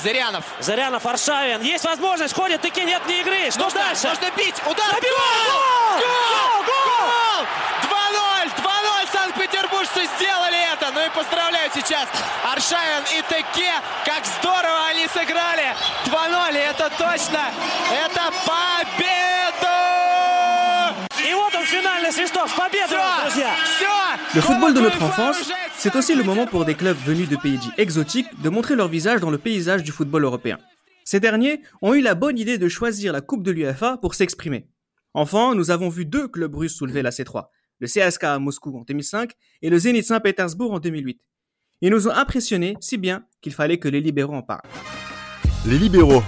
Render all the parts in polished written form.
Зырянов, Аршавин. Есть возможность, ходит, таки нет ни игры. Что дальше? Нужно бить. Удар. Забивает! Гол! 2-0. Санкт-Петербуржцы сделали это. Ну и поздравляю сейчас Аршавин и Теке. Как здорово они сыграли. 2-0. Это точно. Это победа! И вот он, финальный свисток с победой, друзья. Le football de notre enfance, c'est aussi le moment pour des clubs venus de pays dits exotiques de montrer leur visage dans le paysage du football européen. Ces derniers ont eu la bonne idée de choisir la Coupe de l'UEFA pour s'exprimer. Enfin, nous avons vu 2 clubs russes soulever la C3, le CSKA Moscou en 2005 et le Zénith Saint-Pétersbourg en 2008. Ils nous ont impressionnés si bien qu'il fallait que les libéraux en parlent. Les libéraux,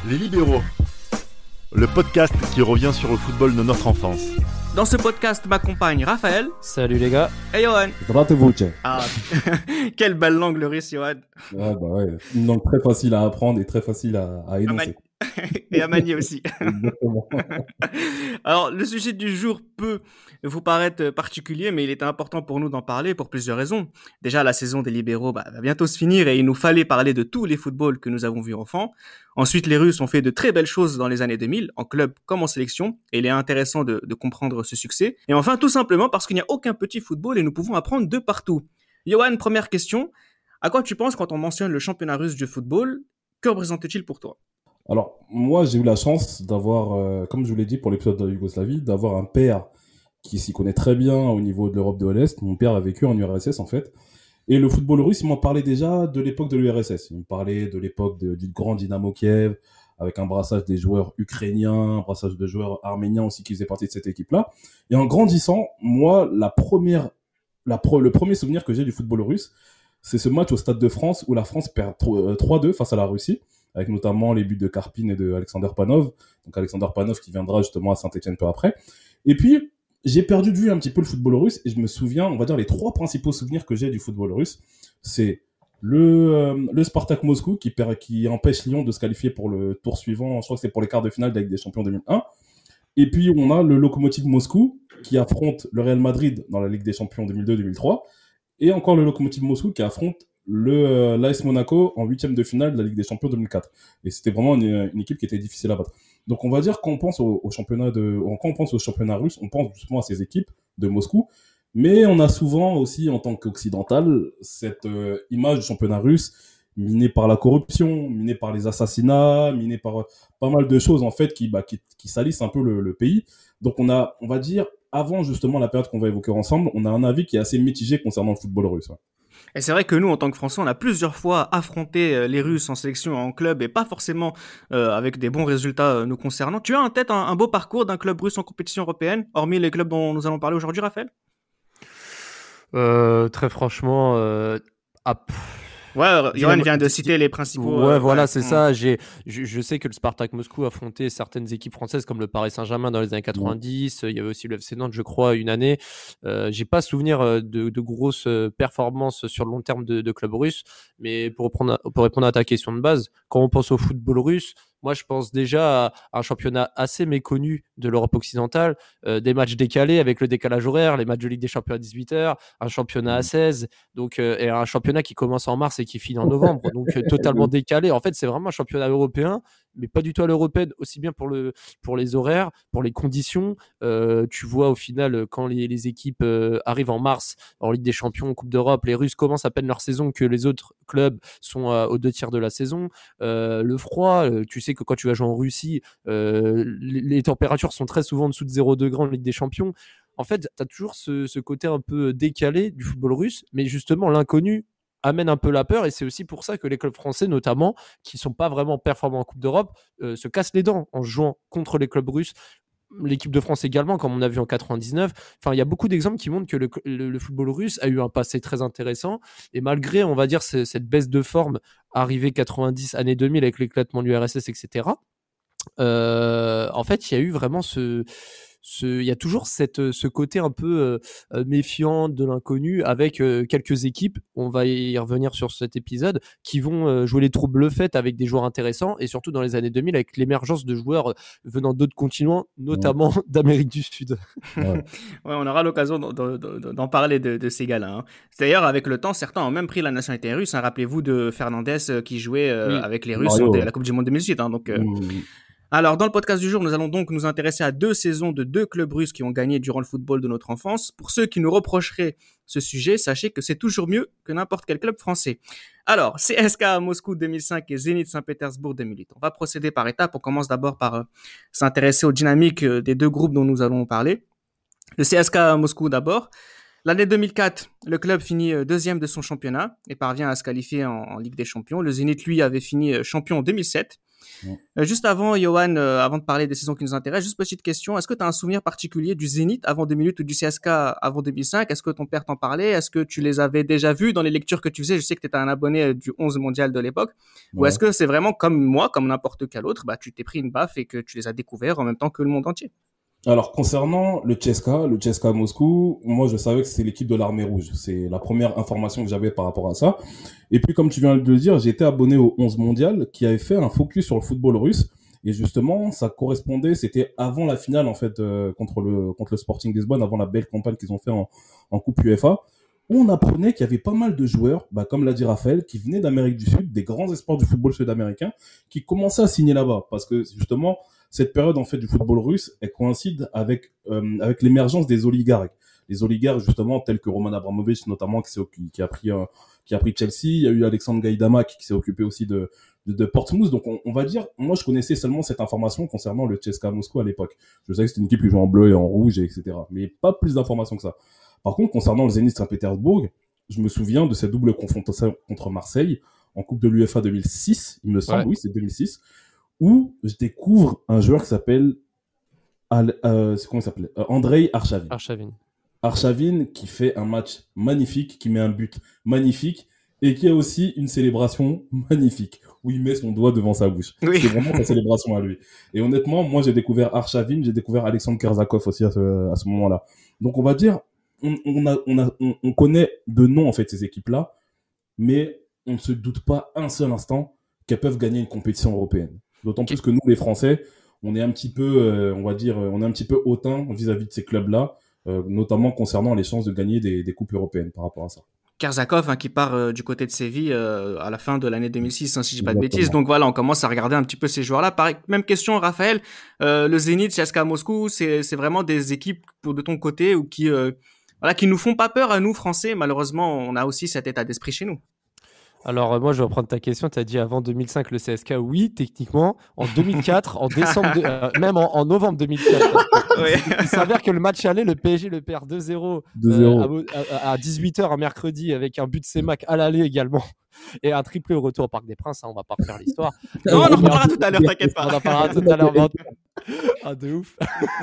le podcast qui revient sur le football de notre enfance. Dans ce podcast m'accompagne Raphaël. Salut les gars. Et Johan. Здравствуйте. Ah, quelle belle langue le russe, Johan. Ouais. Une langue très facile à apprendre et très facile à énoncer. Et à manier aussi. Exactement. Alors, le sujet du jour peut vous paraître particulier, mais il est important pour nous d'en parler pour plusieurs raisons. Déjà, la saison des libéraux va bientôt se finir et il nous fallait parler de tous les footballs que nous avons vus enfants. Ensuite, les Russes ont fait de très belles choses dans les années 2000, en club comme en sélection, et il est intéressant de comprendre ce succès. Et enfin, tout simplement parce qu'il n'y a aucun petit football et nous pouvons apprendre de partout. Johan, première question. À quoi tu penses quand on mentionne le championnat russe de football? Que représente-t-il pour toi? Alors, moi, j'ai eu la chance d'avoir, comme je vous l'ai dit pour l'épisode de la Yougoslavie, d'avoir un père qui s'y connaît très bien au niveau de l'Europe de l'Est. Mon père a vécu en URSS, en fait. Et le football russe, il m'en parlait déjà de l'époque de l'URSS. Il me parlait de l'époque du grand Dynamo Kiev, avec un brassage des joueurs ukrainiens, un brassage de joueurs arméniens aussi qui faisaient partie de cette équipe-là. Et en grandissant, moi, le premier souvenir que j'ai du football russe, c'est ce match au Stade de France où la France perd 3-2 face à la Russie, avec notamment les buts de Karpin et de Alexander Panov. Donc Alexander Panov qui viendra justement à Saint-Etienne peu après. Et puis, j'ai perdu de vue un petit peu le football russe et je me souviens, on va dire les 3 principaux souvenirs que j'ai du football russe, c'est le Spartak Moscou qui empêche Lyon de se qualifier pour le tour suivant, je crois que c'est pour les quarts de finale de la Ligue des Champions 2001. Et puis on a le Lokomotiv Moscou qui affronte le Real Madrid dans la Ligue des Champions 2002-2003 et encore le Lokomotiv Moscou qui affronte l'AS Monaco en 8e de finale de la Ligue des Champions 2004. Et c'était vraiment une équipe qui était difficile à battre. Donc on va dire quand on pense au championnat russe, on pense justement à ces équipes de Moscou, mais on a souvent aussi en tant qu'occidental cette image du championnat russe minée par la corruption, minée par les assassinats, minée par pas mal de choses en fait qui salissent un peu le pays. Donc on va dire avant justement la période qu'on va évoquer ensemble, on a un avis qui est assez mitigé concernant le football russe. Ouais. Et c'est vrai que nous, en tant que Français, on a plusieurs fois affronté les Russes en sélection, en club, et pas forcément avec des bons résultats nous concernant. Tu as en tête un beau parcours d'un club russe en compétition européenne, hormis les clubs dont nous allons parler aujourd'hui, Raphaël? Très franchement, Ouais, Johan vient de citer les principaux. Ouais, voilà, c'est ça. Je sais que le Spartak Moscou affrontait certaines équipes françaises comme le Paris Saint-Germain dans les années 90. Il y avait aussi le FC Nantes, je crois, une année. J'ai pas souvenir de grosses performances sur le long terme de clubs russes. Mais pour répondre à ta question de base, quand on pense au football russe, moi, je pense déjà à un championnat assez méconnu de l'Europe occidentale, des matchs décalés avec le décalage horaire, les matchs de Ligue des Champions à 18h, un championnat à 16, donc, et un championnat qui commence en mars et qui finit en novembre, donc totalement décalé. En fait, c'est vraiment un championnat européen, mais pas du tout à l'européenne, aussi bien pour les horaires, pour les conditions. Tu vois, au final, quand les équipes arrivent en mars en Ligue des Champions, en Coupe d'Europe, les Russes commencent à peine leur saison que les autres clubs sont aux 2 tiers de la saison. Le froid, tu sais que quand tu vas jouer en Russie, les températures sont très souvent en dessous de 0 degrés en Ligue des Champions. En fait, tu as toujours ce côté un peu décalé du football russe, mais justement, l'inconnu amène un peu la peur, et c'est aussi pour ça que les clubs français, notamment, qui sont pas vraiment performants en Coupe d'Europe, se cassent les dents en jouant contre les clubs russes. L'équipe de France également, comme on a vu en 99. Enfin, il y a beaucoup d'exemples qui montrent que le football russe a eu un passé très intéressant, et malgré, on va dire, cette baisse de forme arrivée 90, années 2000 avec l'éclatement de l'URSS, etc., en fait, il y a eu vraiment ce il y a toujours ce côté un peu méfiant de l'inconnu avec quelques équipes, on va y revenir sur cet épisode, qui vont jouer les troubles faites avec des joueurs intéressants, et surtout dans les années 2000 avec l'émergence de joueurs venant d'autres continents, notamment d'Amérique du Sud. Ouais, on aura l'occasion d'en parler de ces gars-là. Hein. D'ailleurs, avec le temps, certains ont même pris la nationalité russe. Hein. Rappelez-vous de Fernandez qui jouait avec les Russes à la Coupe du Monde 2018. Hein. Donc, alors, dans le podcast du jour, nous allons donc nous intéresser à 2 saisons de 2 clubs russes qui ont gagné durant le football de notre enfance. Pour ceux qui nous reprocheraient ce sujet, sachez que c'est toujours mieux que n'importe quel club français. Alors, CSKA Moscou 2005 et Zénith Saint-Pétersbourg 2008. On va procéder par étapes. On commence d'abord par s'intéresser aux dynamiques des 2 groupes dont nous allons parler. Le CSKA Moscou d'abord. L'année 2004, le club finit 2e de son championnat et parvient à se qualifier en Ligue des Champions. Le Zénith, lui, avait fini champion en 2007. Juste avant, Johan, avant de parler des saisons qui nous intéressent, juste petite question. Est-ce que tu as un souvenir particulier du Zénith avant 2008 ou du CSKA avant 2005 ? Est-ce que ton père t'en parlait ? Est-ce que tu les avais déjà vus dans les lectures que tu faisais ? Je sais que tu étais un abonné du 11 mondial de l'époque. Ou est-ce que c'est vraiment comme moi, comme n'importe quel autre, tu t'es pris une baffe et que tu les as découverts en même temps que le monde entier ? Alors, concernant le CSKA Moscou, moi, je savais que c'était l'équipe de l'Armée Rouge. C'est la première information que j'avais par rapport à ça. Et puis, comme tu viens de le dire, j'ai été abonné au 11 mondial qui avait fait un focus sur le football russe. Et justement, ça correspondait, c'était avant la finale, en fait, contre le Sporting Lisbonne, avant la belle campagne qu'ils ont fait en Coupe UEFA, où on apprenait qu'il y avait pas mal de joueurs, comme l'a dit Raphaël, qui venaient d'Amérique du Sud, des grands espoirs du football sud-américain, qui commençaient à signer là-bas. Parce que, justement, cette période, en fait, du football russe, elle coïncide avec l'émergence des oligarques. Les oligarques, justement, tels que Roman Abramovich, notamment, qui a pris Chelsea. Il y a eu Alexandre Gaïdamak, qui s'est occupé aussi de Portsmouth. Donc, on va dire, moi, je connaissais seulement cette information concernant le CSKA Moscou à l'époque. Je savais que c'était une équipe qui jouait en bleu et en rouge, etc. Mais pas plus d'informations que ça. Par contre, concernant le Zénith Saint-Pétersbourg, je me souviens de cette double confrontation contre Marseille en Coupe de l'UEFA 2006, il me semble, oui, c'est 2006, où je découvre un joueur qui s'appelle Andrei Arshavin, qui fait un match magnifique, qui met un but magnifique et qui a aussi une célébration magnifique où il met son doigt devant sa bouche. Oui. C'est vraiment sa célébration à lui. Et honnêtement, moi j'ai découvert Arshavin, j'ai découvert Alexandre Kerzakov aussi à ce moment-là. Donc on va dire, on connaît de nom en fait ces équipes-là, mais on ne se doute pas un seul instant qu'elles peuvent gagner une compétition européenne. D'autant plus que nous, les Français, on est un petit peu, on est un petit peu hautain vis-à-vis de ces clubs-là, notamment concernant les chances de gagner des coupes européennes par rapport à ça. Kerzakov, qui part du côté de Séville à la fin de l'année 2006, si je dis pas de bêtises. Donc voilà, on commence à regarder un petit peu ces joueurs-là. Pareil, même question, Raphaël. Le Zénith, CSKA Moscou, c'est vraiment des équipes de ton côté ou qui nous font pas peur à nous, Français. Malheureusement, on a aussi cet état d'esprit chez nous. Alors, moi, je vais reprendre ta question. Tu as dit avant 2005, le CSKA, oui, techniquement. En 2004, en décembre, même en novembre 2004. Oui. Il s'avère que le match aller, le PSG le perd 2-0 à 18h un mercredi avec un but de Semak à l'aller également. Et un triplé au retour au Parc des Princes. On va pas refaire l'histoire. Non, on en parlera tout à l'heure, t'inquiète pas. On en parlera tout à l'heure. Ah, de ouf.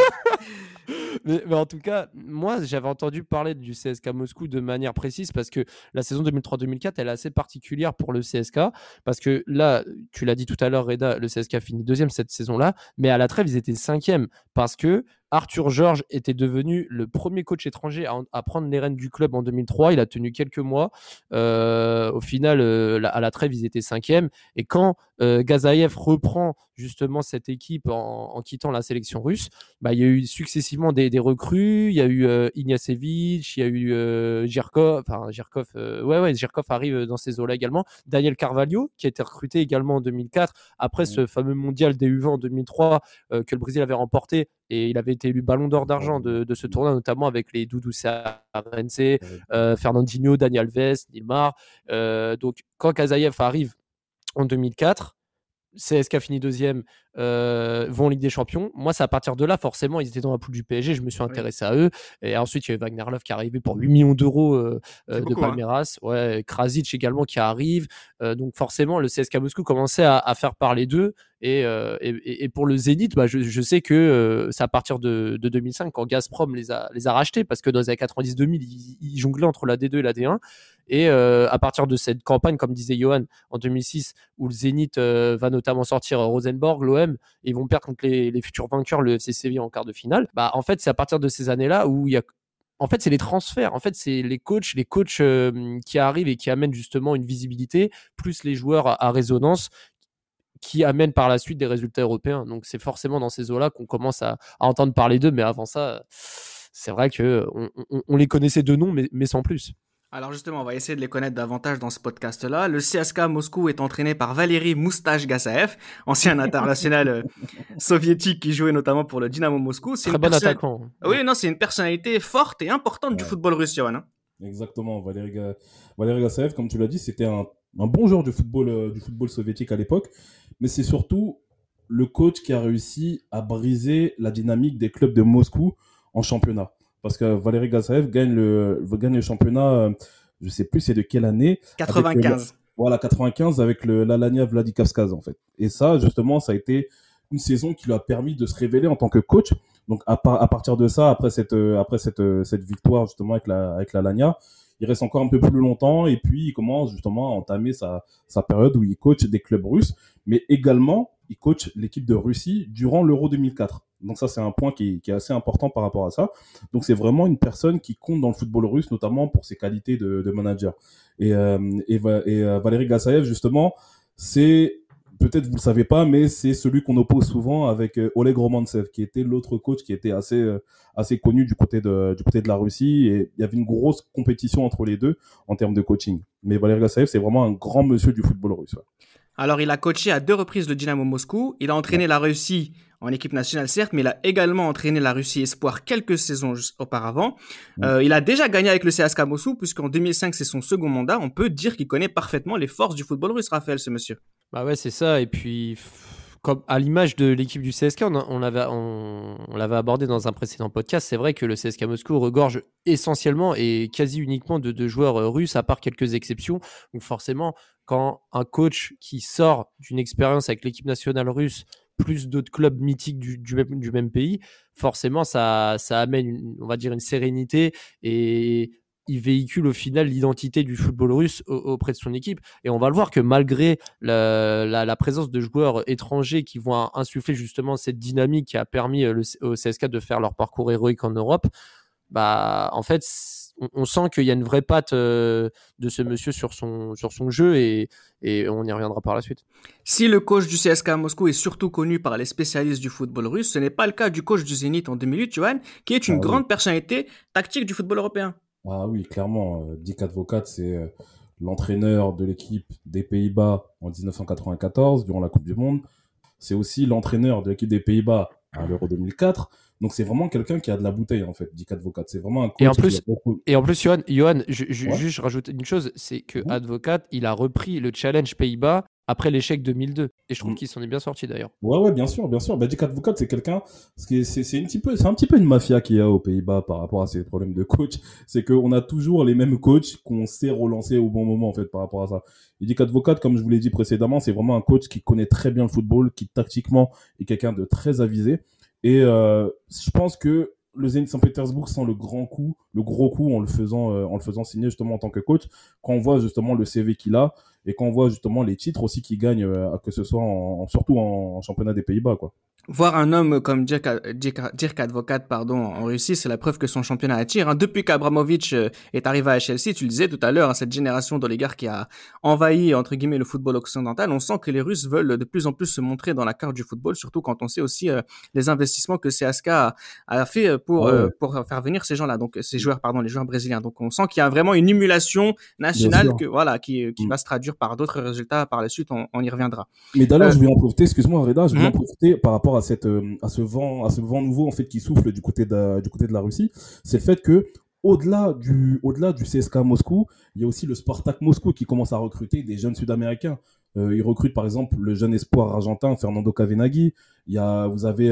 Mais en tout cas, moi, j'avais entendu parler du CSKA Moscou de manière précise parce que la saison 2003-2004, elle est assez particulière pour le CSKA parce que là, tu l'as dit tout à l'heure, Reda, le CSKA finit 2e cette saison-là, mais à la trêve, ils étaient 5e parce que Arthur Georges était devenu le premier coach étranger à prendre les rênes du club en 2003. Il a tenu quelques mois. Au final, à la trêve, ils étaient 5e. Et quand Gazaïev reprend justement cette équipe en quittant la sélection russe, il y a eu successivement des recrues. Il y a eu Ignacevich, il y a eu Girkov. Girkov arrive dans ces eaux-là également. Daniel Carvalho, qui a été recruté également en 2004, après ce fameux mondial des U20 en 2003 que le Brésil avait remporté. Et il avait été élu Ballon d'Or d'argent de ce tournoi, notamment avec les Doudou Cearense, Fernandinho, Dani Alves, Nilmar. Donc, quand Kazaïev arrive en 2004, CSKA finit 2e, vont en Ligue des Champions. Moi, c'est à partir de là, forcément, ils étaient dans la poule du PSG, je me suis intéressé à eux. Et ensuite, il y a eu Wagner Love qui est arrivé pour 8 millions d'euros de Palmeiras. Ouais, Krasic également qui arrive. Donc forcément, le CSKA Moscou commençait à faire parler d'eux. Et pour le Zénith, bah, je sais que c'est à partir de 2005 quand Gazprom les a rachetés, parce que dans les années 90-2000, ils jonglaient entre la D2 et la D1. Et à partir de cette campagne, comme disait Johan, en 2006, où le Zénith va notamment sortir Rosenborg, l'OM, ils vont perdre contre les futurs vainqueurs, le FC Séville en quart de finale. Bah, en fait, c'est à partir de ces années-là où il y a... En fait, c'est les transferts. En fait, c'est les coachs qui arrivent et qui amènent justement une visibilité, plus les joueurs à résonance, qui amènent par la suite des résultats européens. Donc, c'est forcément dans ces eaux-là qu'on commence à entendre parler d'eux. Mais avant ça, c'est vrai qu'on les connaissait de nom, mais sans plus. Alors justement, on va essayer de les connaître davantage dans ce podcast-là. Le CSKA Moscou est entraîné par Valeri Moustache Gasaev, ancien international soviétique qui jouait notamment pour le Dynamo Moscou. C'est très bon attaquant. Oui, non, c'est une personnalité forte et importante du football russe, hein. Exactement, Valeri Gasaev, comme tu l'as dit, c'était un bon joueur du football soviétique à l'époque, mais c'est surtout le coach qui a réussi à briser la dynamique des clubs de Moscou en championnat. Parce que Valeri Gasaev gagne le championnat, je sais plus c'est de quelle année. 95. Voilà, 95 avec l'Alanya Vladikavkaz en fait. Et ça, justement, ça a été une saison qui lui a permis de se révéler en tant que coach. Donc à partir de ça, après cette victoire justement avec l'Alanya, il reste encore un peu plus longtemps et puis il commence justement à entamer sa période où il coach des clubs russes, mais également il coach l'équipe de Russie durant l'Euro 2004. Donc ça, c'est un point qui est assez important par rapport à ça. Donc c'est vraiment une personne qui compte dans le football russe, notamment pour ses qualités de manager. Et Valeri Gasaev, justement, c'est, peut-être vous le savez pas, mais c'est celui qu'on oppose souvent avec Oleg Romantsev, qui était l'autre coach qui était assez connu du côté de la Russie. Et il y avait une grosse compétition entre les deux en termes de coaching. Mais Valeri Gasaev, c'est vraiment un grand monsieur du football russe. Ouais. Alors, il a coaché à 2 reprises le Dynamo Moscou. Il a entraîné la Russie en équipe nationale, certes, mais il a également entraîné la Russie Espoir quelques saisons auparavant. Il a déjà gagné avec le CSKA Moscou, puisqu'en 2005, c'est son second mandat. On peut dire qu'il connaît parfaitement les forces du football russe, Raphaël, ce monsieur. Bah ouais, c'est ça. Et puis, comme à l'image de l'équipe du CSKA, on l'avait abordé dans un précédent podcast, c'est vrai que le CSKA Moscou regorge essentiellement et quasi uniquement de joueurs russes, à part quelques exceptions. Donc forcément, quand un coach qui sort d'une expérience avec l'équipe nationale russe, plus d'autres clubs mythiques du même pays, forcément, ça amène, on va dire, une sérénité et il véhicule au final l'identité du football russe auprès de son équipe. Et on va le voir que malgré la présence de joueurs étrangers qui vont insuffler justement cette dynamique qui a permis au CSKA de faire leur parcours héroïque en Europe, bah, en fait, on sent qu'il y a une vraie patte de ce monsieur sur son jeu et on y reviendra par la suite. Si le coach du CSKA Moscou est surtout connu par les spécialistes du football russe, ce n'est pas le cas du coach du Zénith en 2008, Johan, qui est une grande personnalité tactique du football européen. Ah oui, clairement. Dick Advocaat, c'est l'entraîneur de l'équipe des Pays-Bas en 1994, durant la Coupe du Monde. C'est aussi l'entraîneur de l'équipe des Pays-Bas à l'Euro 2004. Donc c'est vraiment quelqu'un qui a de la bouteille, en fait, Dick Advocaat. C'est vraiment un coach et en plus, Johan, je rajoute une chose, c'est que Advocaat, il a repris le challenge Pays-Bas après l'échec 2002. Et je trouve qu'il s'en est bien sorti d'ailleurs. Ouais, bien sûr. Bah, Dick Advocaat, c'est quelqu'un, c'est un petit peu une mafia qu'il y a aux Pays-Bas par rapport à ces problèmes de coach. C'est qu'on a toujours les mêmes coachs qu'on sait relancer au bon moment, en fait, par rapport à ça. Et Dick Advocaat, comme je vous l'ai dit précédemment, c'est vraiment un coach qui connaît très bien le football, qui tactiquement est quelqu'un de très avisé. Et je pense que le Zenit Saint-Pétersbourg sent le gros coup en le faisant signer justement en tant que coach, quand on voit justement le CV qu'il a et quand on voit justement les titres aussi qu'il gagne, que ce soit surtout en championnat des Pays-Bas, quoi. Voir un homme comme Dirk Advocaat, en Russie, c'est la preuve que son championnat attire, hein. Depuis qu'Abramovich est arrivé à Chelsea, tu le disais tout à l'heure, hein, cette génération d'oligarques qui a envahi, entre guillemets, le football occidental, on sent que les Russes veulent de plus en plus se montrer dans la carte du football, surtout quand on sait aussi les investissements que CSKA a fait pour faire venir ces gens-là, donc ces joueurs, les joueurs brésiliens. Donc on sent qu'il y a vraiment une émulation nationale qui va se traduire par d'autres résultats par la suite, on y reviendra. Mais d'ailleurs, je vais en profiter, excuse-moi Reda, je vais en profiter par rapport à ce vent nouveau en fait qui souffle du côté de la Russie, c'est le fait que au-delà du CSKA Moscou, il y a aussi le Spartak Moscou qui commence à recruter des jeunes Sud-Américains. Ils recrutent par exemple le jeune espoir argentin Fernando Cavenaghi. Vous avez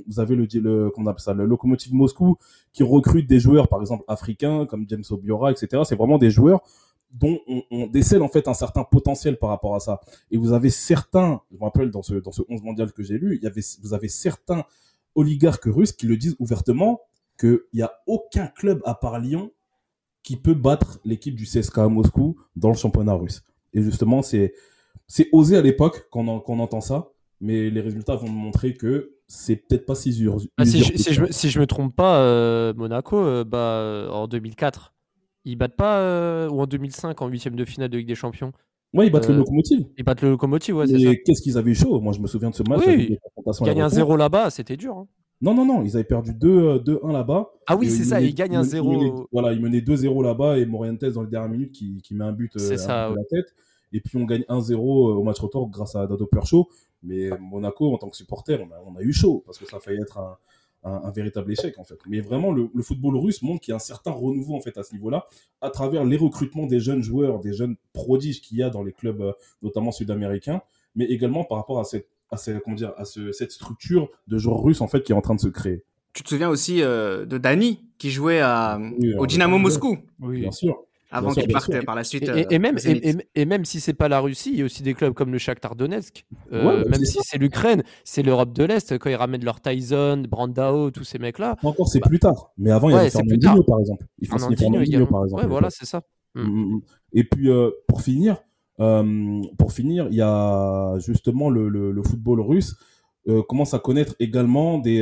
le Lokomotiv Moscou qui recrute des joueurs par exemple africains comme James Obiora, etc. C'est vraiment des joueurs dont on décèle en fait un certain potentiel par rapport à ça. Et vous avez certains, je me rappelle dans ce 11 mondial que j'ai lu, vous avez certains oligarques russes qui le disent ouvertement qu'il n'y a aucun club à part Lyon qui peut battre l'équipe du CSKA à Moscou dans le championnat russe. Et justement, c'est osé à l'époque qu'on entend ça, mais les résultats vont nous montrer que c'est peut-être pas si dur. Si je me trompe pas, Monaco, en 2004, ils battent pas, ou en 2005, en 8e de finale de Ligue des Champions. Ouais, ils battent le Lokomotiv. Ils battent le Lokomotiv, ouais, c'est ça. Et qu'est-ce qu'ils avaient chaud? Moi, je me souviens de ce match. Oui, gagner 1-0 là-bas, c'était dur. Hein. Non, ils avaient perdu 2-1 là-bas. Ah oui, c'est ça, ils gagnent 1-0. Voilà, ils menaient 2-0 là-bas et Morientes dans les dernières minutes qui met un but de la tête. Et puis on gagne 1-0 au match retour grâce à Dado Percho. Mais Monaco, en tant que supporter, on a eu chaud parce que ça a failli être un véritable échec en fait. Mais vraiment, le football russe montre qu'il y a un certain renouveau en fait à ce niveau-là, à travers les recrutements des jeunes joueurs, des jeunes prodiges qu'il y a dans les clubs, notamment sud-américains, mais également par rapport à cette structure de joueurs russes en fait qui est en train de se créer. Tu te souviens aussi de Dani qui jouait au Dynamo Moscou. Oui, bien sûr. Avant qu'il parte par la suite. Et même si c'est pas la Russie, il y a aussi des clubs comme le Shakhtar Donetsk. Même si c'est l'Ukraine, c'est l'Europe de l'Est. Quand ils ramènent leur Tyson, Brandao, tous ces mecs-là. Encore, c'est plus tard. Mais avant, il y avait Fernandinho, par exemple. Il faut Fernandinho, par exemple. Ouais, voilà, c'est ça. Et puis, pour finir, il y a justement le football russe. Commence à connaître également des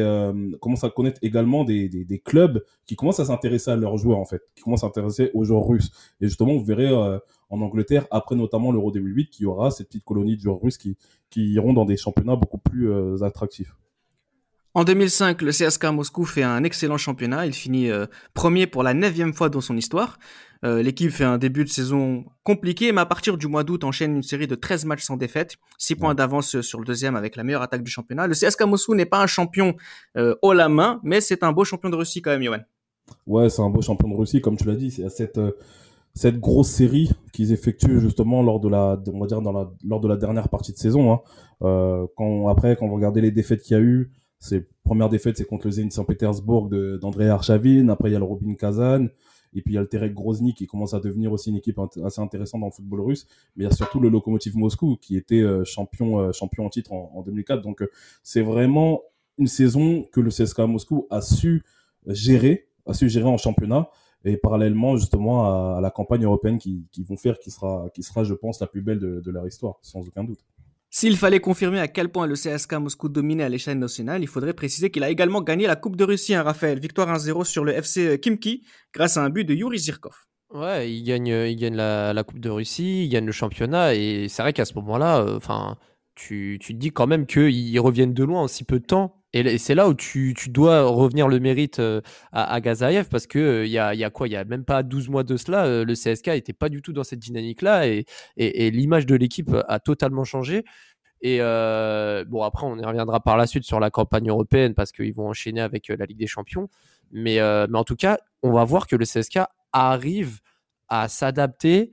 clubs qui commencent à s'intéresser à leurs joueurs en fait, qui commencent à s'intéresser aux joueurs russes. Et justement, vous verrez en Angleterre après notamment l'Euro 2008 qu'il y aura cette petite colonie de joueurs russes qui iront dans des championnats beaucoup plus attractifs. En 2005, le CSKA Moscou fait un excellent championnat. Il finit premier pour la 9e fois dans son histoire. L'équipe fait un début de saison compliqué, mais à partir du mois d'août, enchaîne une série de 13 matchs sans défaite, 6 points d'avance sur le deuxième avec la meilleure attaque du championnat. Le CSKA Moscou n'est pas un champion haut la main, mais c'est un beau champion de Russie quand même, Yoann. Ouais, c'est un beau champion de Russie, comme tu l'as dit. C'est cette grosse série qu'ils effectuent justement lors de la dernière partie de saison. Hein. Quand vous regardez les défaites qu'il y a eu, première défaite, c'est contre le Zénith Saint-Pétersbourg d'Andrei Arshavin. Après, il y a le Rubin Kazan. Et puis, il y a le Terek Grozny qui commence à devenir aussi une équipe assez intéressante dans le football russe. Mais il y a surtout le Lokomotiv Moscou qui était champion en titre en 2004. Donc, c'est vraiment une saison que le CSKA Moscou a su gérer en championnat. Et parallèlement, justement, à la campagne européenne qui sera, je pense, la plus belle de leur histoire, sans aucun doute. S'il fallait confirmer à quel point le CSKA Moscou dominait à l'échelle nationale, il faudrait préciser qu'il a également gagné la Coupe de Russie, Raphaël. Victoire 1-0 sur le FC Khimki grâce à un but de Yuri Zirkov. Ouais, il gagne la Coupe de Russie, il gagne le championnat et c'est vrai qu'à ce moment-là, tu te dis quand même qu'ils reviennent de loin en si peu de temps. Et c'est là où tu dois revenir le mérite à Gazaev parce que il y a même pas 12 mois de cela, le CSKA était pas du tout dans cette dynamique-là et l'image de l'équipe a totalement changé. Et après, on y reviendra par la suite sur la campagne européenne parce qu'ils vont enchaîner avec la Ligue des Champions. Mais en tout cas, on va voir que le CSKA arrive à s'adapter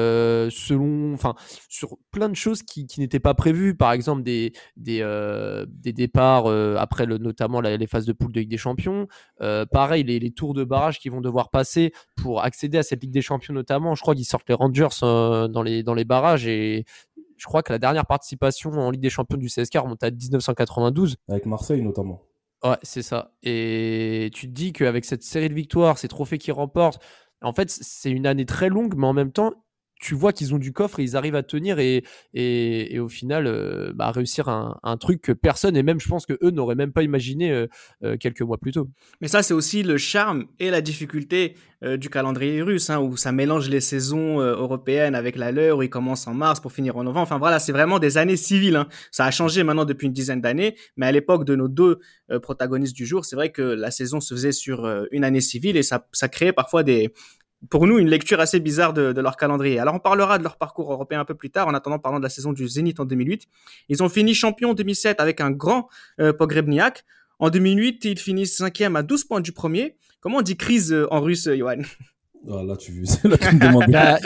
sur plein de choses qui n'étaient pas prévues, par exemple des départs après notamment les phases de poule de Ligue des Champions, pareil les tours de barrage qu'ils vont devoir passer pour accéder à cette Ligue des Champions notamment. Je crois qu'ils sortent les Rangers dans les barrages et je crois que la dernière participation en Ligue des Champions du CSKA remonte à 1992 avec Marseille notamment. Ouais, c'est ça. Et tu te dis qu'avec cette série de victoires, ces trophées qu'ils remportent, en fait c'est une année très longue, mais en même temps tu vois qu'ils ont du coffre et ils arrivent à tenir et au final réussir un truc que personne et même je pense que eux n'auraient même pas imaginé quelques mois plus tôt. Mais ça c'est aussi le charme et la difficulté du calendrier russe où ça mélange les saisons européennes avec la leur où ils commencent en mars pour finir en novembre. Enfin voilà, c'est vraiment des années civiles. Ça a changé maintenant depuis une dizaine d'années, mais à l'époque de nos deux protagonistes du jour, c'est vrai que la saison se faisait sur une année civile et ça créait parfois pour nous, une lecture assez bizarre de leur calendrier. Alors, on parlera de leur parcours européen un peu plus tard. En attendant, parlons de la saison du Zénith en 2008. Ils ont fini champion en 2007 avec un grand Pogrebniak. En 2008, ils finissent 5e à 12 points du premier. Comment on dit crise en russe, Yoann? Ah, là, tu me demandes.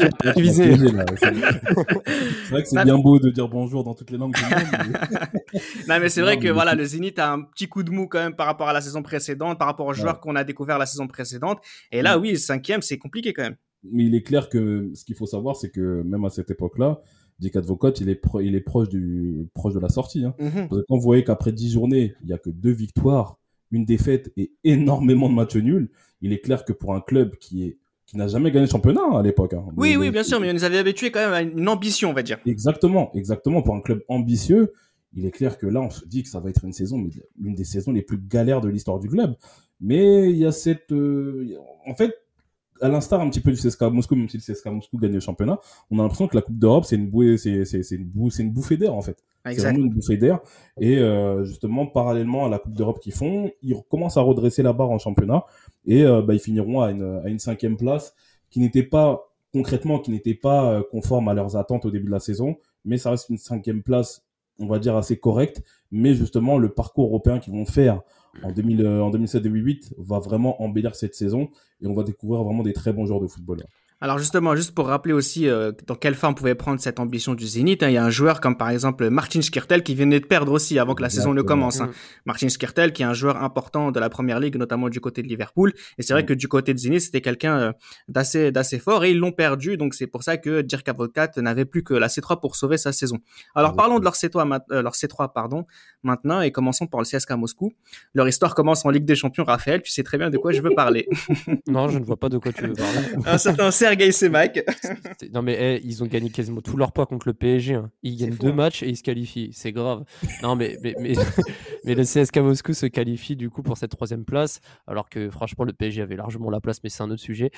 C'est vrai que c'est bien beau de dire bonjour dans toutes les langues du monde. Non, mais c'est vrai que voilà, le Zénith a un petit coup de mou quand même par rapport à la saison précédente, par rapport aux joueurs qu'on a découvert la saison précédente. Et là, oui, 5e, c'est compliqué quand même. Mais il est clair que ce qu'il faut savoir, c'est que même à cette époque-là, Dick Advocat, il est proche de la sortie. Hein. Mhm. Parce que quand vous voyez qu'après 10 journées, il n'y a que 2 victoires, une défaite et énormément de matchs nuls, il est clair que pour un club qui n'a jamais gagné le championnat à l'époque. Hein, Oui, bien sûr, mais on nous avait habitués quand même à une ambition, on va dire. Exactement. Pour un club ambitieux, il est clair que là, on se dit que ça va être l'une des saisons les plus galères de l'histoire du club. Mais il y a en fait, à l'instar un petit peu du CSKA Moscou, même si le CSKA Moscou gagne le championnat, on a l'impression que la Coupe d'Europe, c'est une bouffée d'air, en fait. Exact. C'est vraiment une bouffée d'air. Et justement, parallèlement à la Coupe d'Europe qu'ils font, ils commencent à redresser la barre en championnat. Et ils finiront à une 5e place qui n'était pas conforme à leurs attentes au début de la saison. Mais ça reste une 5e place, on va dire, assez correcte. Mais justement, le parcours européen qu'ils vont faire en 2007-2008 va vraiment embellir cette saison et on va découvrir vraiment des très bons joueurs de football. Alors justement, juste pour rappeler aussi dans quelle forme pouvait prendre cette ambition du Zénith, hein, il y a un joueur comme par exemple Martin Škrtel qui venait de perdre aussi avant que la saison ne commence. Hein. Martin Škrtel qui est un joueur important de la Première Ligue, notamment du côté de Liverpool. Et c'est vrai que du côté de Zénith, c'était quelqu'un d'assez fort et ils l'ont perdu. Donc c'est pour ça que Dirk Advocat n'avait plus que la C3 pour sauver sa saison. Alors parlons de leur C3 maintenant et commençons par le CSKA Moscou. Leur histoire commence en Ligue des Champions. Raphaël, tu sais très bien de quoi je veux parler. Non, je ne vois pas de quoi tu veux parler. Un certain Sergei Semak. Non mais ils ont gagné quasiment tout leur poids contre le PSG. Hein. Ils gagnent 2 matchs et ils se qualifient. C'est grave. Non mais le CSKA Moscou se qualifie du coup pour cette 3e place, alors que franchement le PSG avait largement la place, mais c'est un autre sujet.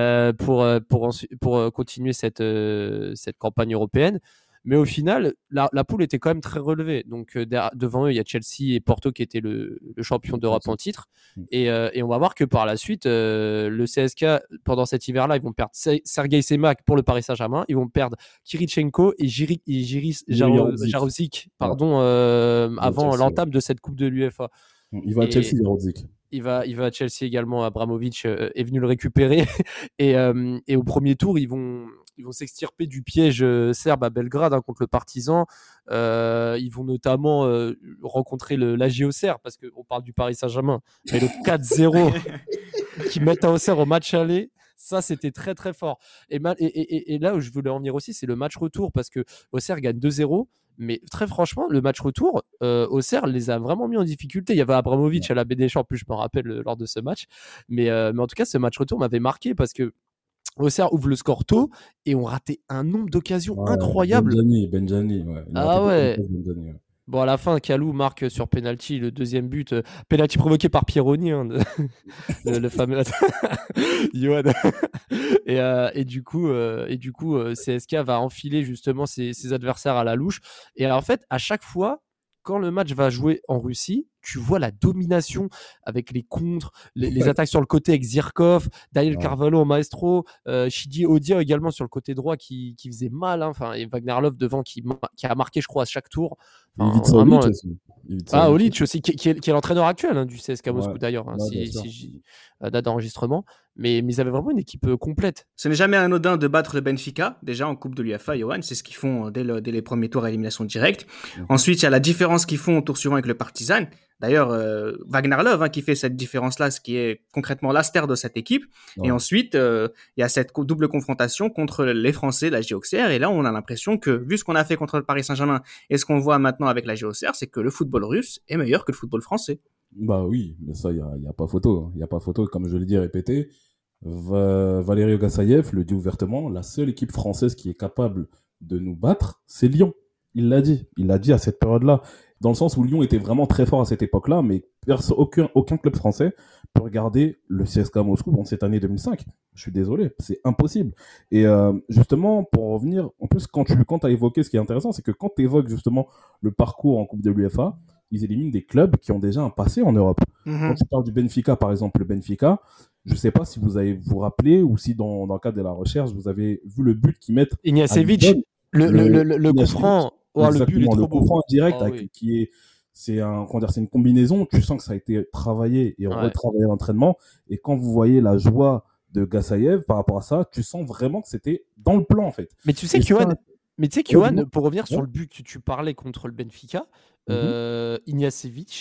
Pour continuer cette campagne européenne. Mais au final, la poule était quand même très relevée. Donc devant eux, il y a Chelsea et Porto qui étaient le champion d'Europe en titre. Et on va voir que par la suite, le CSKA, pendant cet hiver-là, ils vont perdre Sergei Semak pour le Paris Saint-Germain. Ils vont perdre Kirichenko et Jiris Jarodzic avant l'entame de cette Coupe de l'UEFA. Il va à Chelsea, Jarodzic. Il va à Chelsea également. Abramovich est venu le récupérer. Et au premier tour, ils vont s'extirper du piège serbe à Belgrade contre le Partizan. Ils vont notamment rencontrer l'AJ Auxerre, parce qu'on parle du Paris Saint-Germain. Mais le 4-0 qui mettent à Auxerre au match aller, ça c'était très très fort. Et là où je voulais en venir aussi, c'est le match retour, parce que Auxerre gagne 2-0. Mais très franchement, le match retour, Auxerre les a vraiment mis en difficulté. Il y avait Abramovich à la baie des Champs, en plus je me rappelle lors de ce match. Mais en tout cas, ce match retour m'avait marqué, parce que Auxerre ouvre le score tôt et on ratait un nombre d'occasions incroyables. Benjani, ouais. Ah ouais. Bon, à la fin, Kalou marque sur penalty le 2e but. Penalty provoqué par Pierroni, hein, le fameux Johan. Et du coup, CSKA va enfiler justement ses adversaires à la louche. Et en fait, à chaque fois, quand le match va jouer en Russie, tu vois la domination avec les contres, les attaques sur le côté avec Zirkov, Daniel Carvalho au maestro, Chidi Odia également sur le côté droit qui faisait mal, hein, et Wagner Love devant qui a marqué, je crois, à chaque tour. Vraiment, Olic aussi, qui est l'entraîneur actuel, hein, du CSKA Moscou d'ailleurs, hein, date d'enregistrement. Mais ils avaient vraiment une équipe complète. Ce n'est jamais anodin de battre le Benfica, déjà en Coupe de l'UEFA, Johan, c'est ce qu'ils font dès les premiers tours à élimination directe. Ensuite, il y a la différence qu'ils font au tour suivant avec le Partizan. D'ailleurs, Wagner Love qui fait cette différence-là, ce qui est concrètement l'astère de cette équipe. Ouais. Et ensuite, il y a cette double confrontation contre les Français, l'AJ Auxerre. Et là, on a l'impression que, vu ce qu'on a fait contre le Paris Saint-Germain et ce qu'on voit maintenant avec l'AJ Auxerre, c'est que le football russe est meilleur que le football français. Bah oui, mais ça, il y a pas photo. Il y a pas photo, comme je l'ai dit et répété. Valerio Gassayev le dit ouvertement, la seule équipe française qui est capable de nous battre, c'est Lyon. Il l'a dit à cette période-là, dans le sens où Lyon était vraiment très fort à cette époque-là, mais aucun club français peut regarder le CSKA Moscou en cette année 2005. Je suis désolé, c'est impossible. Et justement, pour revenir, en plus, quand tu as évoqué, ce qui est intéressant, c'est que quand tu évoques justement le parcours en Coupe de l'UEFA, ils éliminent des clubs qui ont déjà un passé en Europe. Quand tu parles du Benfica, par exemple, le Benfica, je ne sais pas si vous rappelez ou si dans le cadre de la recherche, vous avez vu le but qu'ils mettent. Ignacevic, le coup franc. Le but est trop beau. Le coup franc direct, c'est une combinaison. Tu sens que ça a été travaillé et retravaillé à l'entraînement. Et quand vous voyez la joie de Gassayev par rapport à ça, tu sens vraiment que c'était dans le plan, en fait. Mais tu sais que Johan, pour revenir sur le but que tu parlais contre le Benfica, Ignacevic,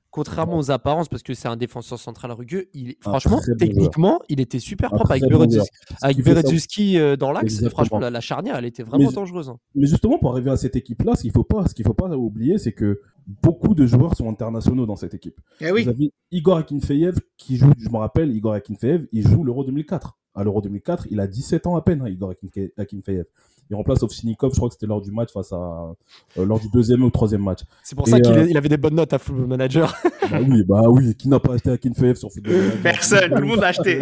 contrairement aux apparences, parce que c'est un défenseur central rugueux, Un franchement, très bon techniquement, il était super Un propre avec très bon joueur. Berezuski dans l'axe. Exactement. Franchement, la charnière, elle était vraiment Mais- dangereuse. Hein. Mais justement, pour arriver à cette équipe-là, ce qu'il faut pas oublier, c'est que beaucoup de joueurs sont internationaux dans cette équipe. Eh oui. Vous avez Igor Akinfeev qui joue, je me rappelle, Igor Akinfeev, il joue l'Euro 2004. À l'Euro 2004, il a 17 ans à peine, hein, Igor Akinfeev. Il remplace Ovchnikov, je crois que c'était lors du match lors du deuxième ou troisième match. C'est pour Et, ça qu'il avait des bonnes notes à Football Manager. Bah oui, qui n'a pas acheté Akinfeev sur Football Manager? Personne, tout le monde l'a acheté.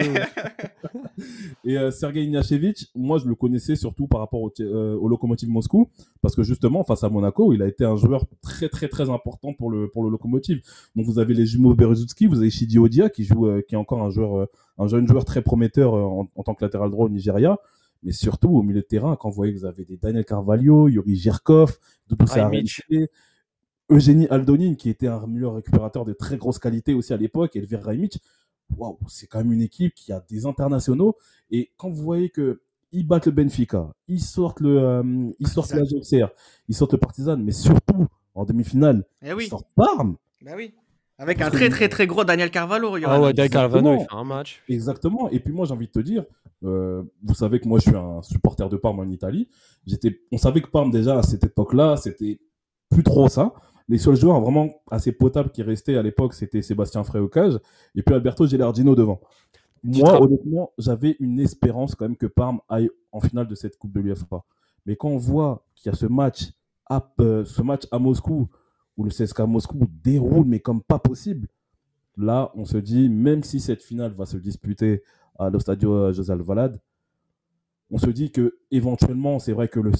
Et Sergei Ignashevich, moi je le connaissais surtout par rapport au Lokomotiv Moscou, parce que justement face à Monaco, il a été un joueur très très très important pour le Lokomotiv. Donc vous avez les jumeaux Berezuski, vous avez Shidi Odia qui est encore un jeune joueur très prometteur en tant que latéral droit au Nigeria. Mais surtout au milieu de terrain, quand vous voyez que vous avez des Daniel Carvalho, Yuri Girkov, Doudou Raimic. Saharemche, Eugénie Aldonin qui était un milieu récupérateur de très grosse qualité aussi à l'époque, et Elvir Raimic. Waouh, c'est quand même une équipe qui a des internationaux. Et quand vous voyez que ils battent le Benfica, ils sortent l'Ajax, ils sortent le Partizan, mais surtout en demi-finale, Eh oui. ils sortent Parme. Bah oui. Avec un très très très gros Daniel Carvalho. Ah ouais, Daniel Carvalho, il Exactement. fait un match. Exactement. Et puis moi, j'ai envie de te dire, vous savez que moi, je suis un supporter de Parme en Italie. On savait que Parme, déjà, à cette époque-là, c'était plus trop ça. Les seuls joueurs vraiment assez potables qui restaient à l'époque, c'était Sébastien Frey au cage et puis Alberto Gilardino devant. Moi, honnêtement, j'avais une espérance quand même que Parme aille en finale de cette Coupe de l'UEFA. Mais quand on voit qu'il y a ce match à Moscou, où le CSKA Moscou déroule, mais comme pas possible, là, on se dit, même si cette finale va se disputer à l'Estadio José Alvalade, on se dit que éventuellement, c'est vrai que le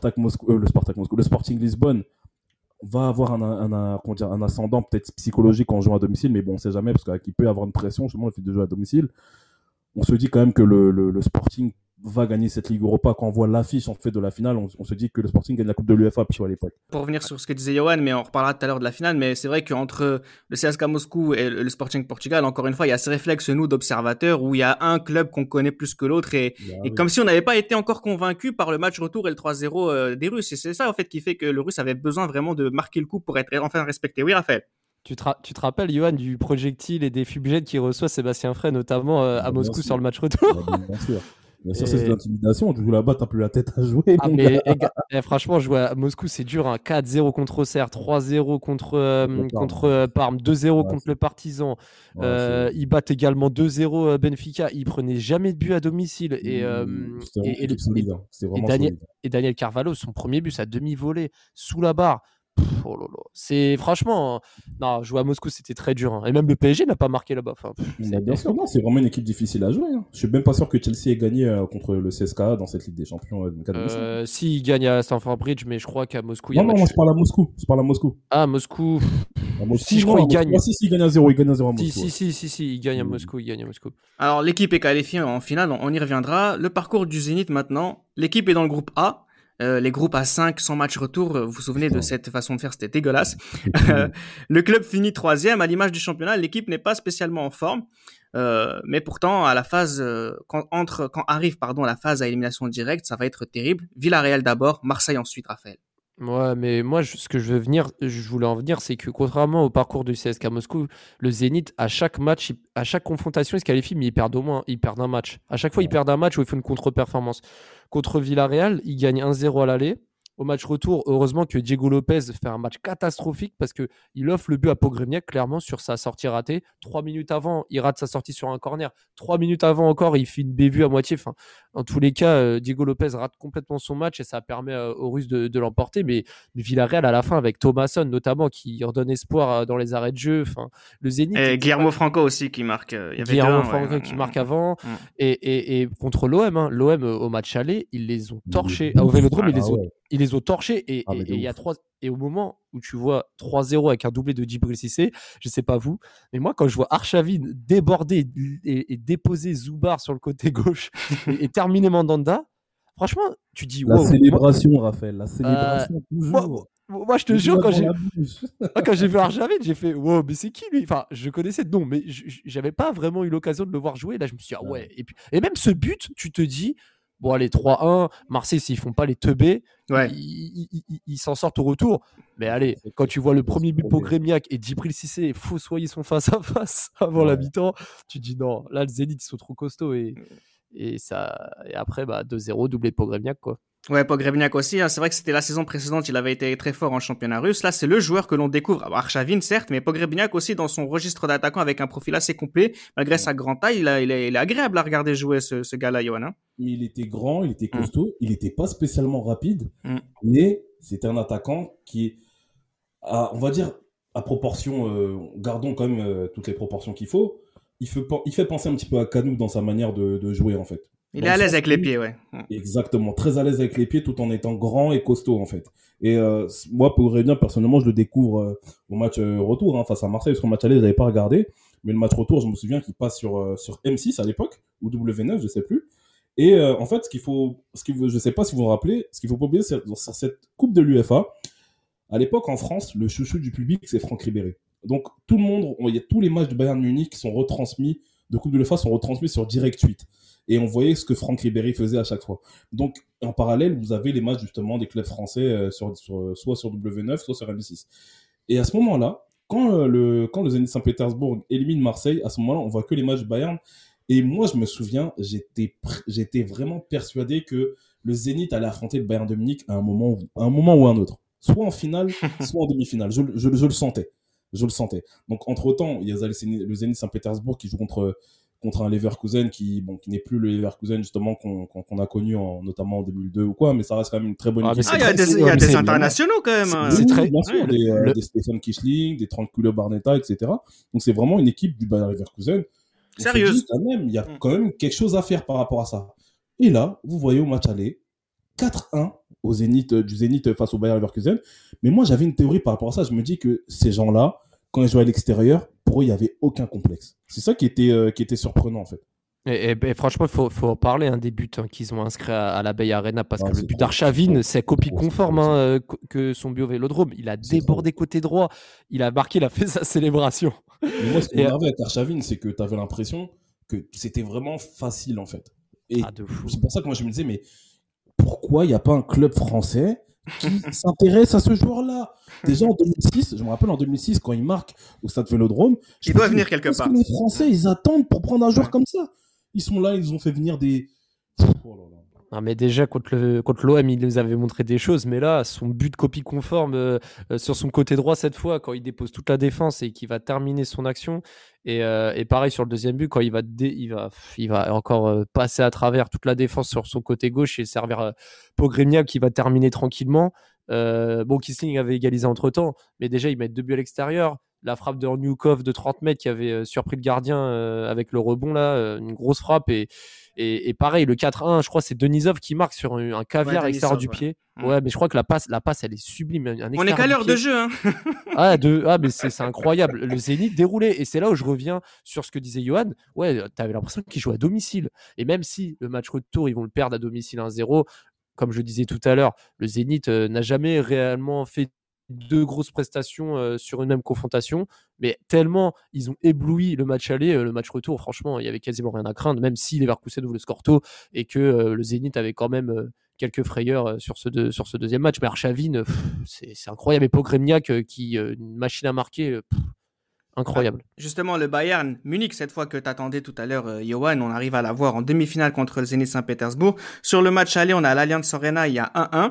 Sporting Lisbonne va avoir un ascendant peut-être psychologique en jouant à domicile, mais bon, on ne sait jamais, parce qu'il peut y avoir une pression, justement, le fait de jouer à domicile. On se dit quand même que le Sporting va gagner cette Ligue Europa. Quand on voit l'affiche en fait de la finale, on se dit que le Sporting gagne la Coupe de l'UEFA à l'époque. Pour revenir sur ce que disait Johan, mais on reparlera tout à l'heure de la finale, mais c'est vrai qu'entre le CSKA Moscou et le Sporting Portugal, encore une fois, il y a ce réflexe, nous, d'observateurs, où il y a un club qu'on connaît plus que l'autre, et comme si on n'avait pas été encore convaincu par le match retour et le 3-0 des Russes. Et c'est ça, en fait, qui fait que le Russe avait besoin vraiment de marquer le coup pour être enfin respecté. Oui, Raphaël. Tu te rappelles, Johan, du projectile et des fumigènes qu'il reçoit Sébastien Frey, notamment à Moscou sur le match retour. Bien sûr. Bien sûr, c'est de l'intimidation. Tu joues là-bas, t'as plus la tête à jouer. Franchement, jouer à Moscou, c'est dur. Hein. 4-0 contre Auxerre, 3-0 contre Parme, 2-0 contre le Partizan. Ils battent également 2-0 Benfica. Ils prenaient jamais de but à domicile. Et Daniel Carvalho, son premier but, sa demi-volée sous la barre. Oh là là. C'est franchement, non, jouer à Moscou c'était très dur, hein. Et même le PSG n'a pas marqué là-bas. Enfin, bien sûr, non, c'est vraiment une équipe difficile à jouer. Hein. Je suis même pas sûr que Chelsea ait gagné contre le CSKA dans cette Ligue des Champions. Si, il gagne à Stamford Bridge, mais je crois qu'à Moscou. Non, je parle à Moscou. Ah, Moscou. Si, je crois qu'il gagne. Si, il gagne à 0. Il gagne à 0 à Moscou. Si, il gagne à Moscou. Alors, l'équipe est qualifiée en finale, on y reviendra. Le parcours du Zénith maintenant. L'équipe est dans le groupe A. Les groupes à 5 sans match retour, vous vous souvenez de cette façon de faire, c'était dégueulasse. Le club finit 3e, à l'image du championnat, l'équipe n'est pas spécialement en forme, mais pourtant à la phase quand arrive la phase à élimination directe, ça va être terrible. Villarreal d'abord, Marseille ensuite, Raphaël. Ouais, mais moi, ce que je voulais en venir, c'est que contrairement au parcours du CSKA Moscou, le Zénith, à chaque match, à chaque confrontation, il se qualifie, mais ils perdent un match. À chaque fois, ils perdent un match où ils font une contre-performance. Contre Villarreal, ils gagnent 1-0 à l'aller. Au match retour, heureusement que Diego Lopez fait un match catastrophique parce qu'il offre le but à Pogrebniak clairement sur sa sortie ratée. 3 minutes avant, il rate sa sortie sur un corner. 3 minutes avant encore, il fait une bévue à moitié. Enfin, en tous les cas, Diego Lopez rate complètement son match et ça permet aux Russes de l'emporter. Mais Villarreal à la fin avec Thomasson notamment qui redonne espoir dans les arrêts de jeu. Enfin, le Zénith. Et Guillermo Franco aussi qui marque. Guillermo Franco qui marque avant. Et contre l'OM, l'OM au match aller, ils les ont torchés. Au Vélodrome, ils les ont torchés et au moment où tu vois 3-0 avec un doublé de Djibril Cissé, je sais pas vous, mais moi quand je vois Arshavin déborder et déposer Zoubar sur le côté gauche et terminer Mandanda, franchement tu dis la célébration, Raphaël, la célébration toujours. Moi je te jure quand j'ai vu Arshavin, j'ai fait wow, mais c'est qui lui? Enfin, je connaissais de nom, mais j'avais pas vraiment eu l'occasion de le voir jouer. Là je me suis dit ah ouais, et même ce but, tu te dis bon, allez, 3-1. Marseille, s'ils font pas les teubés, Ouais. ils s'en sortent au retour. Mais allez, quand tu vois le premier but pour Gremniak et Djibril Cissé et Fossoy, ils sont face à face avant la mi-temps, tu te dis non, là, le Zénith, ils sont trop costauds. Et après, 2-0, doublé de Pogremniak, quoi. Ouais, Pogrebniak aussi. C'est vrai que c'était la saison précédente, il avait été très fort en championnat russe. Là, c'est le joueur que l'on découvre. Alors, Arshavin, certes, mais Pogrebniak aussi dans son registre d'attaquant avec un profil assez complet. Malgré sa grande taille, il est agréable à regarder jouer ce gars-là, Johan. Hein. Il était grand, il était costaud, il n'était pas spécialement rapide, mais c'était un attaquant qui, on va dire, à proportion, gardons quand même toutes les proportions qu'il faut, il fait penser un petit peu à Kanou dans sa manière de jouer, en fait. Il est à l'aise avec les pieds, ouais. Exactement, très à l'aise avec les pieds tout en étant grand et costaud en fait. Et moi, pour Aurélien, personnellement, je le découvre au match retour face à Marseille, parce qu'au match aller, je l'avais pas regardé, mais le match retour, je me souviens qu'il passe sur M6 à l'époque, ou W9, je sais plus. Et en fait, je sais pas si vous vous rappelez, ce qu'il faut pas oublier, c'est sur cette Coupe de l'UEFA, à l'époque en France, le chouchou du public, c'est Franck Ribéry. Donc tout le monde, il y a tous les matchs de Bayern Munich qui sont retransmis, de Coupe de l'UEFA sont retransmis sur Direct 8. Et on voyait ce que Franck Ribéry faisait à chaque fois. Donc, en parallèle, vous avez les matchs justement des clubs français soit sur W9, soit sur M6. Et à ce moment-là, quand le Zénith Saint-Pétersbourg élimine Marseille, à ce moment-là, on voit que les matchs de Bayern. Et moi, je me souviens, j'étais vraiment persuadé que le Zénith allait affronter le Bayern de Munich à un moment ou un autre. Soit en finale, soit en demi-finale. Je le sentais. Je le sentais. Donc, entre-temps, il y a le Zénith Saint-Pétersbourg qui joue contre un Leverkusen qui n'est plus le Leverkusen justement qu'on a connu notamment en 2002 ou quoi, mais ça reste quand même une très bonne équipe. Il y a des internationaux quand même. C'est très bien sûr, des Stefan Kichling, des Tranquillo Barnetta, etc. Donc c'est vraiment une équipe du Bayer Leverkusen. Sérieuse. Il y a quand même quelque chose à faire par rapport à ça. Et là, vous voyez au match aller, 4-1 du Zénith face au Bayer Leverkusen. Mais moi, j'avais une théorie par rapport à ça. Je me dis que ces gens-là, quand ils jouaient à l'extérieur, pour eux, il n'y avait aucun complexe. C'est ça qui était surprenant, en fait. Et franchement, il faut en parler des buts qu'ils ont inscrits à la Bay Arena, parce que le but d'Arshavin, c'est copie conforme que son but au Vélodrome. Il a débordé côté droit, il a marqué, il a fait sa célébration. Mais moi, ce qui m'énervait avec Arshavin, c'est que tu avais l'impression que c'était vraiment facile, en fait. Et c'est pour ça que moi, je me disais, mais pourquoi il n'y a pas un club français qui s'intéresse à ce joueur-là? Déjà en 2006, je me rappelle en 2006, quand il marque au Stade Vélodrome, il doit venir quelque part. Parce que les Français, ils attendent pour prendre un joueur comme ça. Ils sont là, ils ont fait venir des... Oh là là. Non, mais déjà, contre l'OM, il nous avait montré des choses, mais là, son but copie conforme sur son côté droit cette fois, quand il dépose toute la défense et qu'il va terminer son action, et pareil sur le deuxième but, quand il va encore passer à travers toute la défense sur son côté gauche et servir Pogrebniak qui va terminer tranquillement. Kiesling avait égalisé entre-temps, mais déjà, ils mettent 2 buts à l'extérieur. La frappe de Newkov de 30 mètres qui avait surpris le gardien avec le rebond, là, une grosse frappe. Et pareil, le 4-1, je crois c'est Denisov qui marque sur un caviar extérieur du pied. Ouais, mais je crois que la passe, elle est sublime. On est qu'à l'heure de jeu. Hein. Mais c'est incroyable. Le Zénith déroulé. Et c'est là où je reviens sur ce que disait Johan. Ouais, t'avais l'impression qu'il joue à domicile. Et même si le match retour, ils vont le perdre à domicile 1-0, comme je disais tout à l'heure, le Zénith n'a jamais réellement fait 2 grosses prestations sur une même confrontation, mais tellement ils ont ébloui le match aller, le match retour, franchement, il y avait quasiment rien à craindre, même si Leverkusen ouvre le score tôt et que le Zénith avait quand même quelques frayeurs sur ce deuxième match. Mais Arshavin, c'est incroyable. Et Pogrebniak, qui une machine à marquer, incroyable. Justement, le Bayern Munich, cette fois que tu attendais tout à l'heure, Johan, on arrive à la voir en demi-finale contre le Zénith Saint-Pétersbourg. Sur le match aller, on a à l'Allianz Arena, il y a 1-1.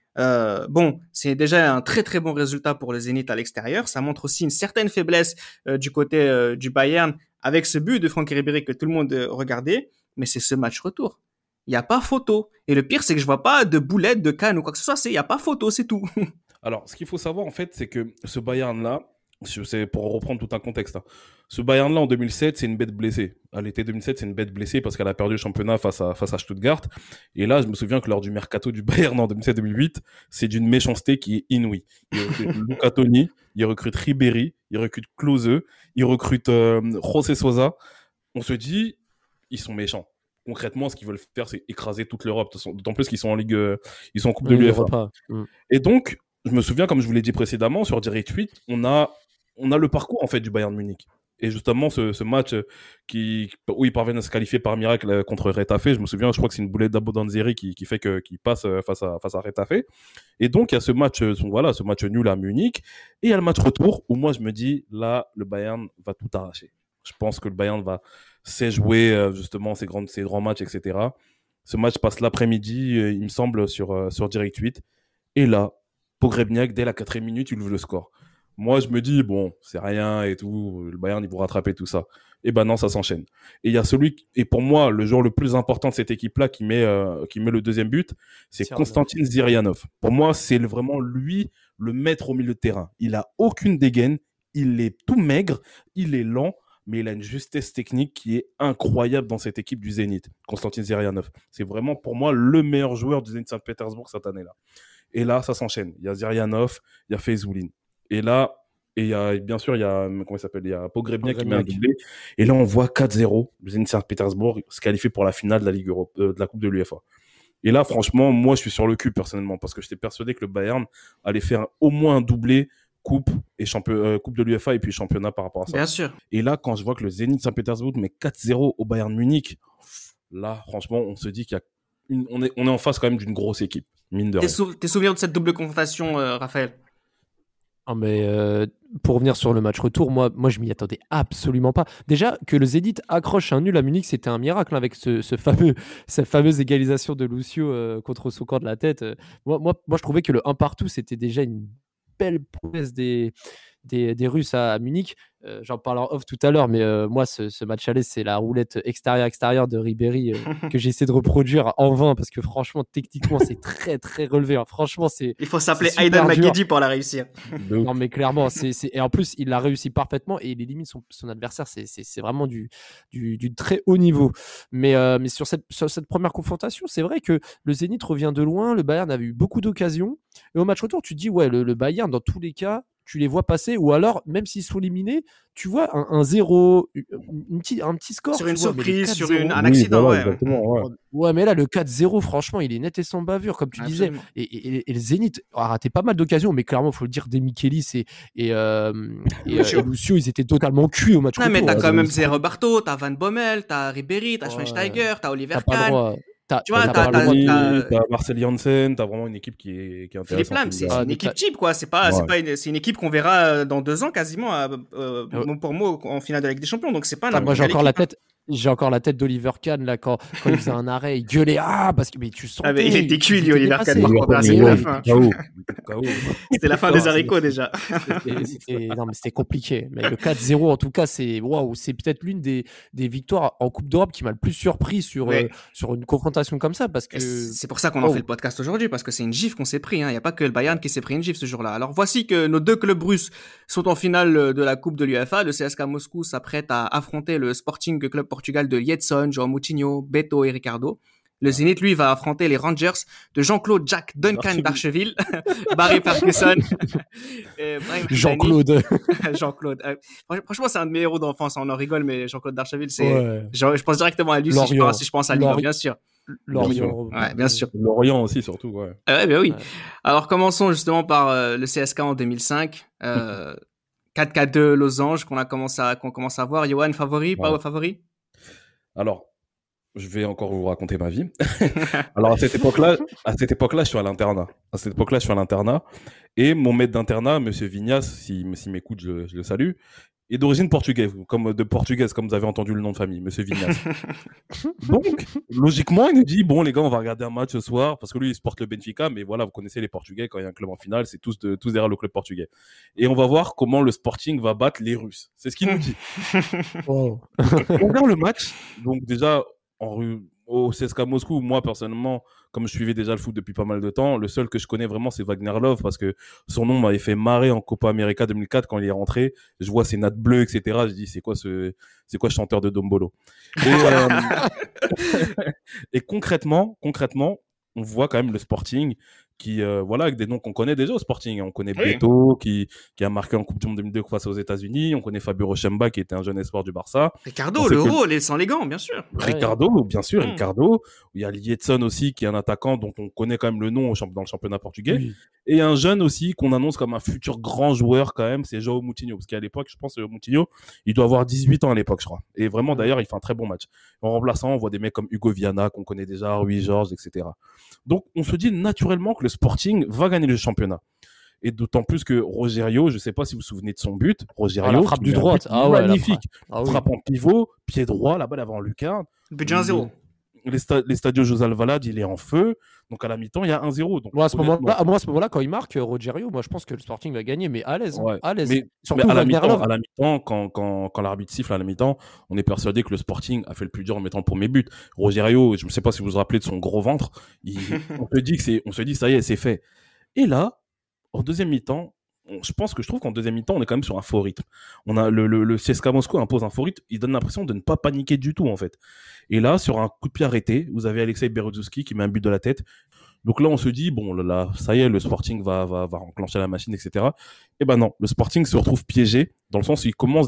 C'est déjà un très très bon résultat pour le Zénith à l'extérieur. Ça montre aussi une certaine faiblesse du côté du Bayern avec ce but de Franck Ribéry que tout le monde regardait. Mais c'est ce match retour. Il n'y a pas photo. Et le pire, c'est que je vois pas de boulette, de canne ou quoi que ce soit. Il n'y a pas photo, c'est tout. Alors, ce qu'il faut savoir en fait, c'est que ce Bayern-là, c'est pour reprendre tout un contexte. Ce Bayern-là, en 2007, c'est une bête blessée. À l'été 2007, c'est une bête blessée parce qu'elle a perdu le championnat face à Stuttgart. Et là, je me souviens que lors du mercato du Bayern en 2007-2008, c'est d'une méchanceté qui est inouïe. Il recrute Luca Toni, il recrute Ribéry, il recrute Klose, il recrute José Sosa. On se dit, ils sont méchants. Concrètement, ce qu'ils veulent faire, c'est écraser toute l'Europe. D'autant plus qu'ils sont en Ligue, ils sont en Coupe de l'UEFA. Et donc, je me souviens, comme je vous l'ai dit précédemment, sur Direct 8, on a le parcours en fait du Bayern Munich. Et justement, ce match où ils parviennent à se qualifier par miracle contre Retafe, je me souviens, je crois que c'est une boulette d'Abo Danzeri qui fait qu'il passe face à Retafe. Et donc, il y a ce match nul à Munich. Et il y a le match retour où moi, je me dis, là, le Bayern va tout arracher. Je pense que le Bayern sait jouer justement ces grands matchs, etc. Ce match passe l'après-midi, il me semble, sur Direct 8. Et là, Pogrebniak, dès la 4e minute, il ouvre le score. Moi, je me dis, bon, c'est rien et tout, le Bayern, ils vont rattraper tout ça. Et ben non, ça s'enchaîne. Et il y a et pour moi, le joueur le plus important de cette équipe-là qui met le deuxième but, c'est Konstantin Zirianov. Pour moi, c'est vraiment lui, le maître au milieu de terrain. Il a aucune dégaine, il est tout maigre, il est lent, mais il a une justesse technique qui est incroyable dans cette équipe du Zénith, Konstantin Zirianov. C'est vraiment, pour moi, le meilleur joueur du Zénith Saint-Pétersbourg cette année-là. Et là, ça s'enchaîne. Il y a Zirianov, il y a Feyzoulin. Et là, bien sûr, il y a Pogrebniak qui met un doublé. Et là, on voit 4-0, le Zénith Saint-Pétersbourg se qualifie pour la finale de la Ligue Europe, de la Coupe de l'UEFA. Et là, franchement, moi, je suis sur le cul personnellement parce que j'étais persuadé que le Bayern allait faire au moins un doublé coupe de l'UEFA et puis championnat par rapport à ça. Bien sûr. Et là, quand je vois que le Zénith Saint-Pétersbourg met 4-0 au Bayern Munich, là, franchement, on se dit on est en face quand même d'une grosse équipe, mine de rien. Tes souvenirs de cette double confrontation, Raphaël? Non, mais pour revenir sur le match retour, moi je m'y attendais absolument pas. Déjà que le Zénith accroche un nul à Munich, c'était un miracle avec cette fameuse égalisation de Lucio contre son camp de la tête. Moi je trouvais que le 1 partout, c'était déjà une belle prouesse des Russes à Munich. J'en parle en off tout à l'heure, mais moi ce match aller, c'est la roulette extérieure de Ribéry que j'ai essayé de reproduire en vain parce que franchement techniquement c'est très très relevé, hein. Franchement il faut s'appeler Aiden Maguedi pour la réussir. Non mais clairement et en plus il l'a réussi parfaitement et il élimine son adversaire, c'est vraiment du très haut niveau. Mais sur cette première confrontation, c'est vrai que le Zénith revient de loin, le Bayern avait eu beaucoup d'occasions et au match retour tu te dis ouais, le Bayern dans tous les cas tu les vois passer, ou alors même s'ils sont éliminés, tu vois un 0, un petit score sur une vois, surprise, sur un accident. Voilà, exactement, ouais. Ouais, mais là le 4-0 franchement il est net et sans bavure comme tu disais, et le Zénith a raté pas mal d'occasions, mais clairement il faut le dire, Demichelis et Lucio, ils étaient totalement cuits au match retour. Mais t'as quand même Zé Roberto, t'as Van Bommel, t'as Ribéry, t'as Schweinsteiger, t'as Oliver Kahn. Tu vois, t'as Marcel Janssen, t'as vraiment une équipe qui est intéressante. Philippe Lam, c'est une équipe type, quoi. C'est une équipe qu'on verra dans 2 ans quasiment, mot pour mot, en finale de la Ligue des Champions. Donc c'est pas moi j'ai encore la tête d'Oliver Kahn là quand il faisait un arrêt, il gueulait parce que mais tu sens il était cuit lui, Oliver Kahn, par contre, c'était la fin. C'était la fin des haricots déjà. Non mais c'était compliqué, mais le 4-0 en tout cas c'est peut-être l'une des victoires en Coupe d'Europe qui m'a le plus surpris sur une confrontation comme ça, parce que c'est pour ça qu'on en fait le podcast aujourd'hui, parce que c'est une gifle qu'on s'est pris, il y a pas que le Bayern qui s'est pris une gifle ce jour-là. Alors voici que nos 2 clubs russes sont en finale de la Coupe de l'UEFA. Le CSKA Moscou s'apprête à affronter le Sporting Club Portugal de Liedson, João Moutinho, Beto et Ricardo. Le Zénith, lui, va affronter les Rangers de Jean-Claude Jack Duncan d'Archeville, Barry Ferguson, Jean-Claude. Franchement, c'est un de mes héros d'enfance. On en rigole, mais Jean-Claude d'Archeville, je pense directement à lui si je pense à Lyon, bien sûr. Lorient. Ouais, bien sûr. Lorient aussi, surtout, ouais. Ben oui. Ouais. Alors, commençons justement par le CSKA en 2005. 4-4-2 Losange qu'on commence à voir. Johan, favori, pas favori? Alors, je vais encore vous raconter ma vie. Alors, à cette époque-là, je suis à l'internat. Et mon maître d'internat, monsieur Vignas, s'il m'écoute, je le salue, est d'origine portugaise, comme vous avez entendu le nom de famille, monsieur Vignas. Donc, logiquement, il nous dit, bon, les gars, on va regarder un match ce soir, parce que lui, il supporte le Benfica, mais voilà, vous connaissez les Portugais, quand il y a un club en finale, c'est tous derrière le club portugais. Et on va voir comment le Sporting va battre les Russes. C'est ce qu'il nous dit. On regarde le match, donc déjà, au CSKA Moscou, moi personnellement, comme je suivais déjà le foot depuis pas mal de temps, le seul que je connais vraiment c'est Wagner Love, parce que son nom m'avait fait marrer en Copa América 2004 quand il est rentré. Je vois ses nattes bleues, etc. Je dis c'est quoi ce chanteur de Dombolo. Et concrètement, on voit quand même le Sporting voilà, avec des noms qu'on connaît déjà au Sporting. On connaît Oui. Beto, qui a marqué en Coupe du Monde 2002 face aux États-Unis. On connaît Fabio Rochemba, qui était un jeune espoir du Barça. Ricardo, On sait le que- rôle, sans les gants, bien sûr. Ricardo, bien sûr, Mm. Ricardo. Il y a Liedson aussi, qui est un attaquant dont on connaît quand même le nom dans le championnat portugais. Oui. Et un jeune aussi qu'on annonce comme un futur grand joueur quand même, c'est João Moutinho. Parce qu'à l'époque, je pense que Moutinho, il doit avoir 18 ans à l'époque, je crois. Et vraiment, d'ailleurs, il fait un très bon match. En remplaçant, on voit des mecs comme Hugo Viana, qu'on connaît déjà, Rui Georges, etc. Donc, on se dit naturellement que le Sporting va gagner le championnat. Et d'autant plus que Rogerio, je ne sais pas si vous vous souvenez de son but. Rogerio, la frappe qui du met un droite. but Ah ouais, la magnifique. Ah oui. Frappe en pivot, pied droit, la balle avant lucarne. But de 1-0. Les stadios José Alvalade, il est en feu. Donc à la mi-temps, il y a 1-0. Donc, Moi, à ce honnêtement, moment-là, quand il marque Rogerio, moi, je pense que le Sporting va gagner, mais à l'aise. ouais. À l'aise. Mais Surtout à la Wagner mi-temps, Love. quand l'arbitre siffle à la mi-temps, on est persuadé que le Sporting a fait le plus dur en mettant le premier but. Rogerio, je ne sais pas si vous vous rappelez de son gros ventre, on se dit ça y est, c'est fait. Et là, en deuxième mi-temps, je trouve qu'en deuxième mi-temps, on est quand même sur un faux rythme. On a le CSKA Moscou impose un faux rythme. Il donne l'impression de ne pas paniquer du tout, en fait. Et là, sur un coup de pied arrêté, vous avez Alexei Berezovski qui met un but de la tête. Donc là, on se dit, bon, là, ça y est, le Sporting va enclencher la machine, etc. Et ben non, le Sporting se retrouve piégé, dans le sens où il commence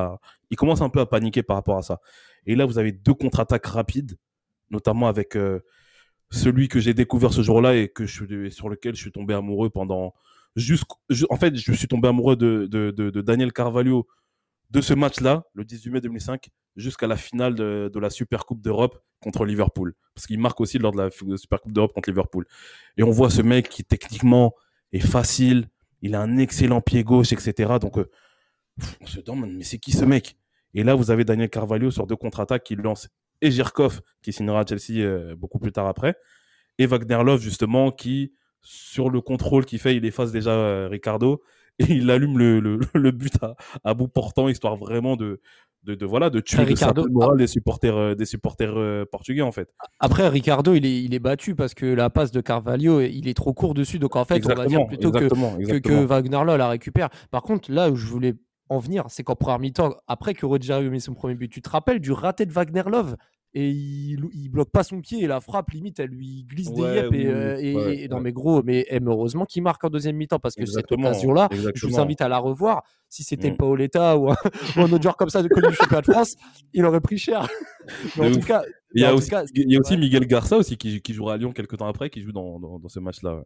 un peu à paniquer par rapport à ça. Et là, vous avez 2 contre-attaques rapides, notamment avec celui que j'ai découvert ce jour-là et sur lequel je suis tombé amoureux pendant... En fait, je suis tombé amoureux de Daniel Carvalho de ce match-là, le 18 mai 2005, jusqu'à la finale de la Supercoupe d'Europe contre Liverpool. Parce qu'il marque aussi lors de la Supercoupe d'Europe contre Liverpool. Et on voit ce mec qui, techniquement, est facile, il a un excellent pied gauche, etc. Donc, on se demande, mais c'est qui ce mec? Et là, vous avez Daniel Carvalho sur 2 contre-attaques qui lance et Jirkov, qui signera à Chelsea beaucoup plus tard après, et Wagner Love, justement, qui, sur le contrôle qu'il fait, il efface déjà Ricardo, et il allume le but à bout portant, histoire vraiment de tuer Ricardo, le morale des supporters portugais, en fait. Après, Ricardo, il est battu parce que la passe de Carvalho, il est trop court dessus. Donc, en fait, on va dire plutôt que Wagner là la récupère. Par contre, là où je voulais en venir, c'est qu'en première mi-temps, après que Rogerio met son premier but, tu te rappelles du raté de Wagner Love et il bloque pas son pied et la frappe, limite, elle lui glisse des yeux. Non, mais gros, mais heureusement qu'il marque en deuxième mi-temps parce que cette occasion-là, je vous invite à la revoir. Si c'était Paoletta ou un autre joueur comme ça de connu du championnat de France, il aurait pris cher. Mais en tout cas, il y a aussi Miguel Garça aussi qui jouera à Lyon quelques temps après, qui joue dans ce match-là.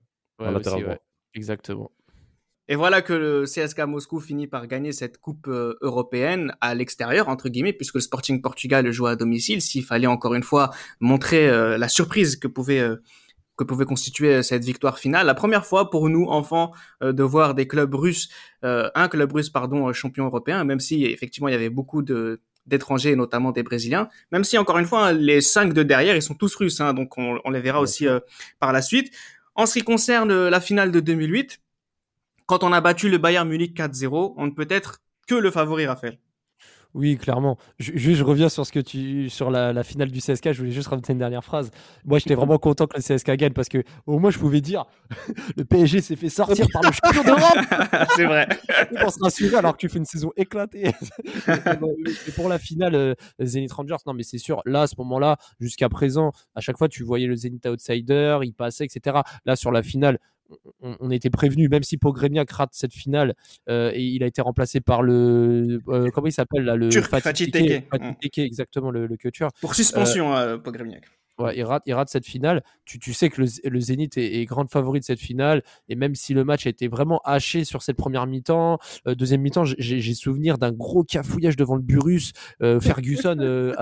Exactement. Et voilà que le CSKA Moscou finit par gagner cette coupe européenne à l'extérieur, entre guillemets, puisque le Sporting Portugal joue à domicile. S'il fallait encore une fois montrer la surprise que pouvait constituer cette victoire finale. La première fois pour nous, enfants, de voir des clubs russes, un club russe, champion européen, même si effectivement il y avait beaucoup d'étrangers, notamment des Brésiliens, même si encore une fois, les 5 de derrière, ils sont tous russes, donc on les verra aussi par la suite. En ce qui concerne la finale de 2008, quand on a battu le Bayern Munich 4-0, on ne peut être que le favori, Raphaël. Oui, clairement. Je reviens sur la finale du CSKA. Je voulais juste rajouter une dernière phrase. Moi, j'étais vraiment content que le CSKA gagne parce que au moins, je pouvais dire le PSG s'est fait sortir par le champion d'Europe. C'est vrai. On se rassurer alors que tu fais une saison éclatée. Et pour la finale, Zenit Rangers, non, mais c'est sûr. Là, à ce moment-là, jusqu'à présent, à chaque fois, tu voyais le Zenit outsider, il passait, etc. Là, sur la finale, on était prévenu, même si Pogreniak rate cette finale et il a été remplacé par le comment il s'appelle là, le Turc, Fatih Tekke, exactement, le coach. Pour suspension, Pogreniak. Ouais, il rate cette finale. Tu sais que le Zénith est grande favori de cette finale. Et même si le match a été vraiment haché sur cette première mi-temps, deuxième mi-temps, j'ai souvenir d'un gros cafouillage devant le but russe. Ferguson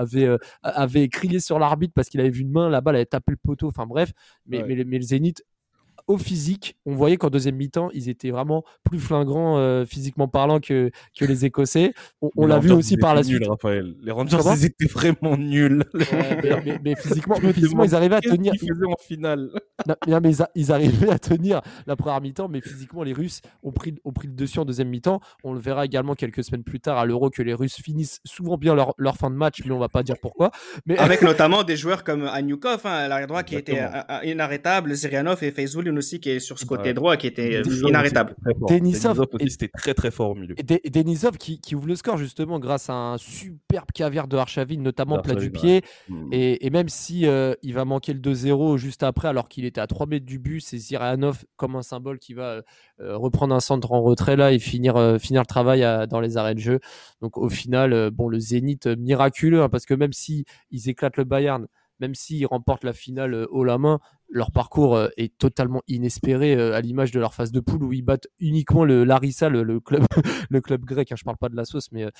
avait crié sur l'arbitre parce qu'il avait vu une main, la balle avait tapé le poteau. Enfin bref, mais le Zénith, au physique, on voyait qu'en deuxième mi-temps, ils étaient vraiment plus flingrants physiquement parlant que les Écossais. On l'a vu aussi par la suite. Raphaël. Les Rangers, ils étaient vraiment nuls. Ouais, mais physiquement, ils arrivaient à tenir. Ils faisaient en finale. Non, mais ils arrivaient à tenir la première mi-temps, mais physiquement, les Russes ont pris le dessus en deuxième mi-temps. On le verra également quelques semaines plus tard à l'Euro que les Russes finissent souvent bien leur fin de match, mais on va pas dire pourquoi. Mais... Avec notamment des joueurs comme Anyukov, l'arrière droit qui était inarrêtable, Zirianov et Feyzouli aussi qui est sur ce côté droit qui était inarrêtable. Denisov aussi, c'était très très fort au milieu. Et Denisov qui ouvre le score justement grâce à un superbe caviar de Arshavin, notamment plat du pied. Et même si il va manquer le 2-0 juste après, alors qu'il était à 3 mètres du but, c'est Zirianov comme un symbole qui va reprendre un centre en retrait là et finir le travail dans les arrêts de jeu. Donc au final, le Zénith miraculeux, hein, parce que même si ils éclatent le Bayern, même s'ils remportent la finale haut la main, leur parcours est totalement inespéré à l'image de leur phase de poule où ils battent uniquement le Larissa, le club grec. Hein, je parle pas de la sauce, mais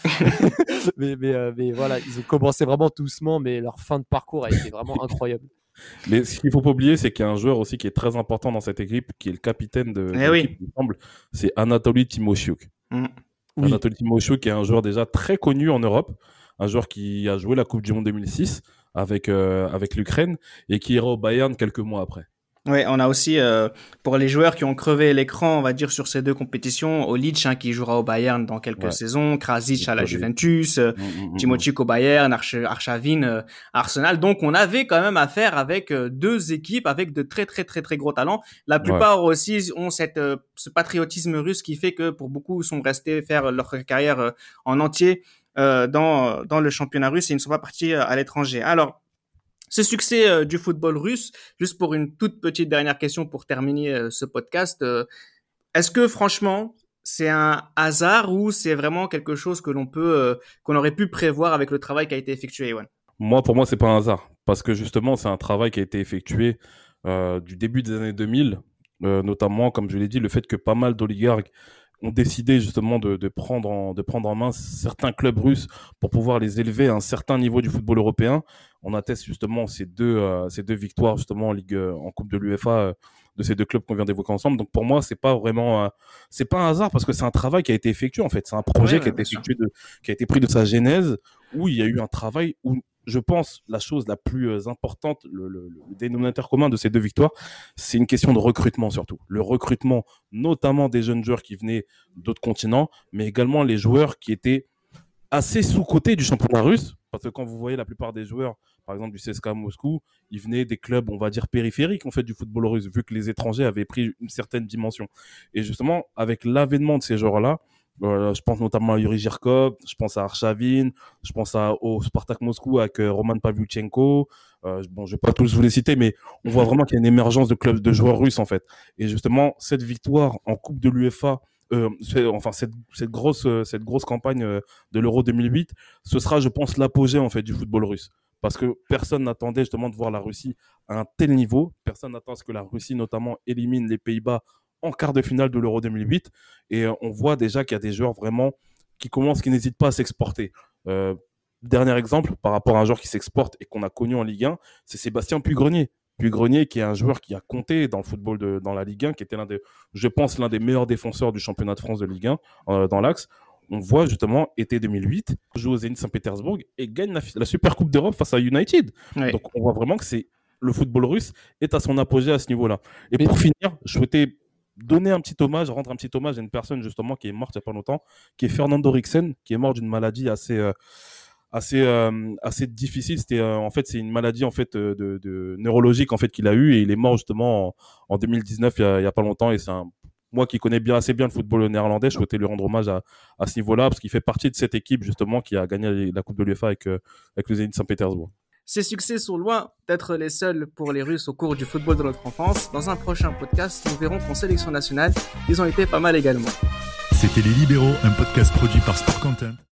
mais voilà, ils ont commencé vraiment doucement, mais leur fin de parcours a été vraiment incroyable. Mais ce qu'il faut pas oublier, c'est qu'il y a un joueur aussi qui est très important dans cette équipe, qui est le capitaine de l'équipe, il me semble, c'est Anatoly Timoshuk. Anatoly Timoshuk est un joueur déjà très connu en Europe, un joueur qui a joué la Coupe du Monde 2006 avec l'Ukraine et qui ira au Bayern quelques mois après. Oui, on a aussi, pour les joueurs qui ont crevé l'écran, on va dire, sur ces deux compétitions, Olic, qui jouera au Bayern dans quelques saisons, Krasic à la Juventus, Timochik au Bayern, Arshavin Arsenal. Donc, on avait quand même affaire avec deux équipes avec de très, très, très, très gros talents. La plupart aussi ont ce patriotisme russe qui fait que pour beaucoup sont restés faire leur carrière en entier dans le championnat russe et ils ne sont pas partis à l'étranger. Alors, ce succès du football russe, juste pour une toute petite dernière question pour terminer ce podcast, est-ce que franchement c'est un hasard ou c'est vraiment quelque chose que qu'on aurait pu prévoir avec le travail qui a été effectué, Ewan? Pour moi, c'est pas un hasard parce que justement c'est un travail qui a été effectué du début des années 2000, notamment comme je l'ai dit, le fait que pas mal d'oligarques ont décidé justement de prendre en main certains clubs russes pour pouvoir les élever à un certain niveau du football européen. On atteste justement ces deux victoires justement en Ligue, en Coupe de l'UEFA de ces deux clubs qu'on vient d'évoquer ensemble. Donc pour moi, c'est pas vraiment, c'est pas un hasard parce que c'est un travail qui a été effectué en fait. C'est un projet qui a été effectué qui a été pris de sa genèse où il y a eu un travail où je pense la chose la plus importante, le dénominateur commun de ces deux victoires, c'est une question de recrutement surtout. Le recrutement, notamment des jeunes joueurs qui venaient d'autres continents, mais également les joueurs qui étaient assez sous-cotés du championnat russe. Parce que quand vous voyez la plupart des joueurs, par exemple du CSKA Moscou, ils venaient des clubs, on va dire, périphériques en fait, du football russe, vu que les étrangers avaient pris une certaine dimension. Et justement, avec l'avènement de ces joueurs-là, je pense notamment à Yuri Zhirkov, je pense à Arshavin, je pense au Spartak Moscou avec Roman Pavlyuchenko. Je vais pas tous vous les citer, mais on voit vraiment qu'il y a une émergence de clubs de joueurs russes en fait. Et justement, cette victoire en Coupe de l'UEFA, cette grosse campagne de l'Euro 2008, ce sera, je pense, l'apogée en fait du football russe. Parce que personne n'attendait justement de voir la Russie à un tel niveau. Personne n'attend à ce que la Russie, notamment, élimine les Pays-Bas en quart de finale de l'Euro 2008. Et on voit déjà qu'il y a des joueurs vraiment qui n'hésitent pas à s'exporter. Dernier exemple, par rapport à un joueur qui s'exporte et qu'on a connu en Ligue 1, c'est Sébastien Puy-Grenier. Puy-Grenier, qui est un joueur qui a compté dans le football dans la Ligue 1, qui était l'un des meilleurs défenseurs du championnat de France de Ligue 1 dans l'axe. On voit justement, été 2008, joue au Zénith Saint-Pétersbourg et gagne la Super Coupe d'Europe face à United. Oui. Donc on voit vraiment que le football russe est à son apogée à ce niveau-là. Et pour finir, je souhaitais rendre un petit hommage à une personne justement qui est morte il n'y a pas longtemps, qui est Fernando Rixen, qui est mort d'une maladie assez difficile. C'était c'est une maladie en fait de neurologique en fait qu'il a eu et il est mort justement en 2019 il y a pas longtemps. Et c'est moi qui connais assez bien le football néerlandais, je souhaitais lui rendre hommage à ce niveau-là parce qu'il fait partie de cette équipe justement qui a gagné la Coupe de l'UEFA avec le Zénith Saint-Pétersbourg. Ces succès sont loin d'être les seuls pour les Russes au cours du football de notre enfance. Dans un prochain podcast, nous verrons qu'en sélection nationale, ils ont été pas mal également. C'était Les Libéraux, un podcast produit par Sport Content.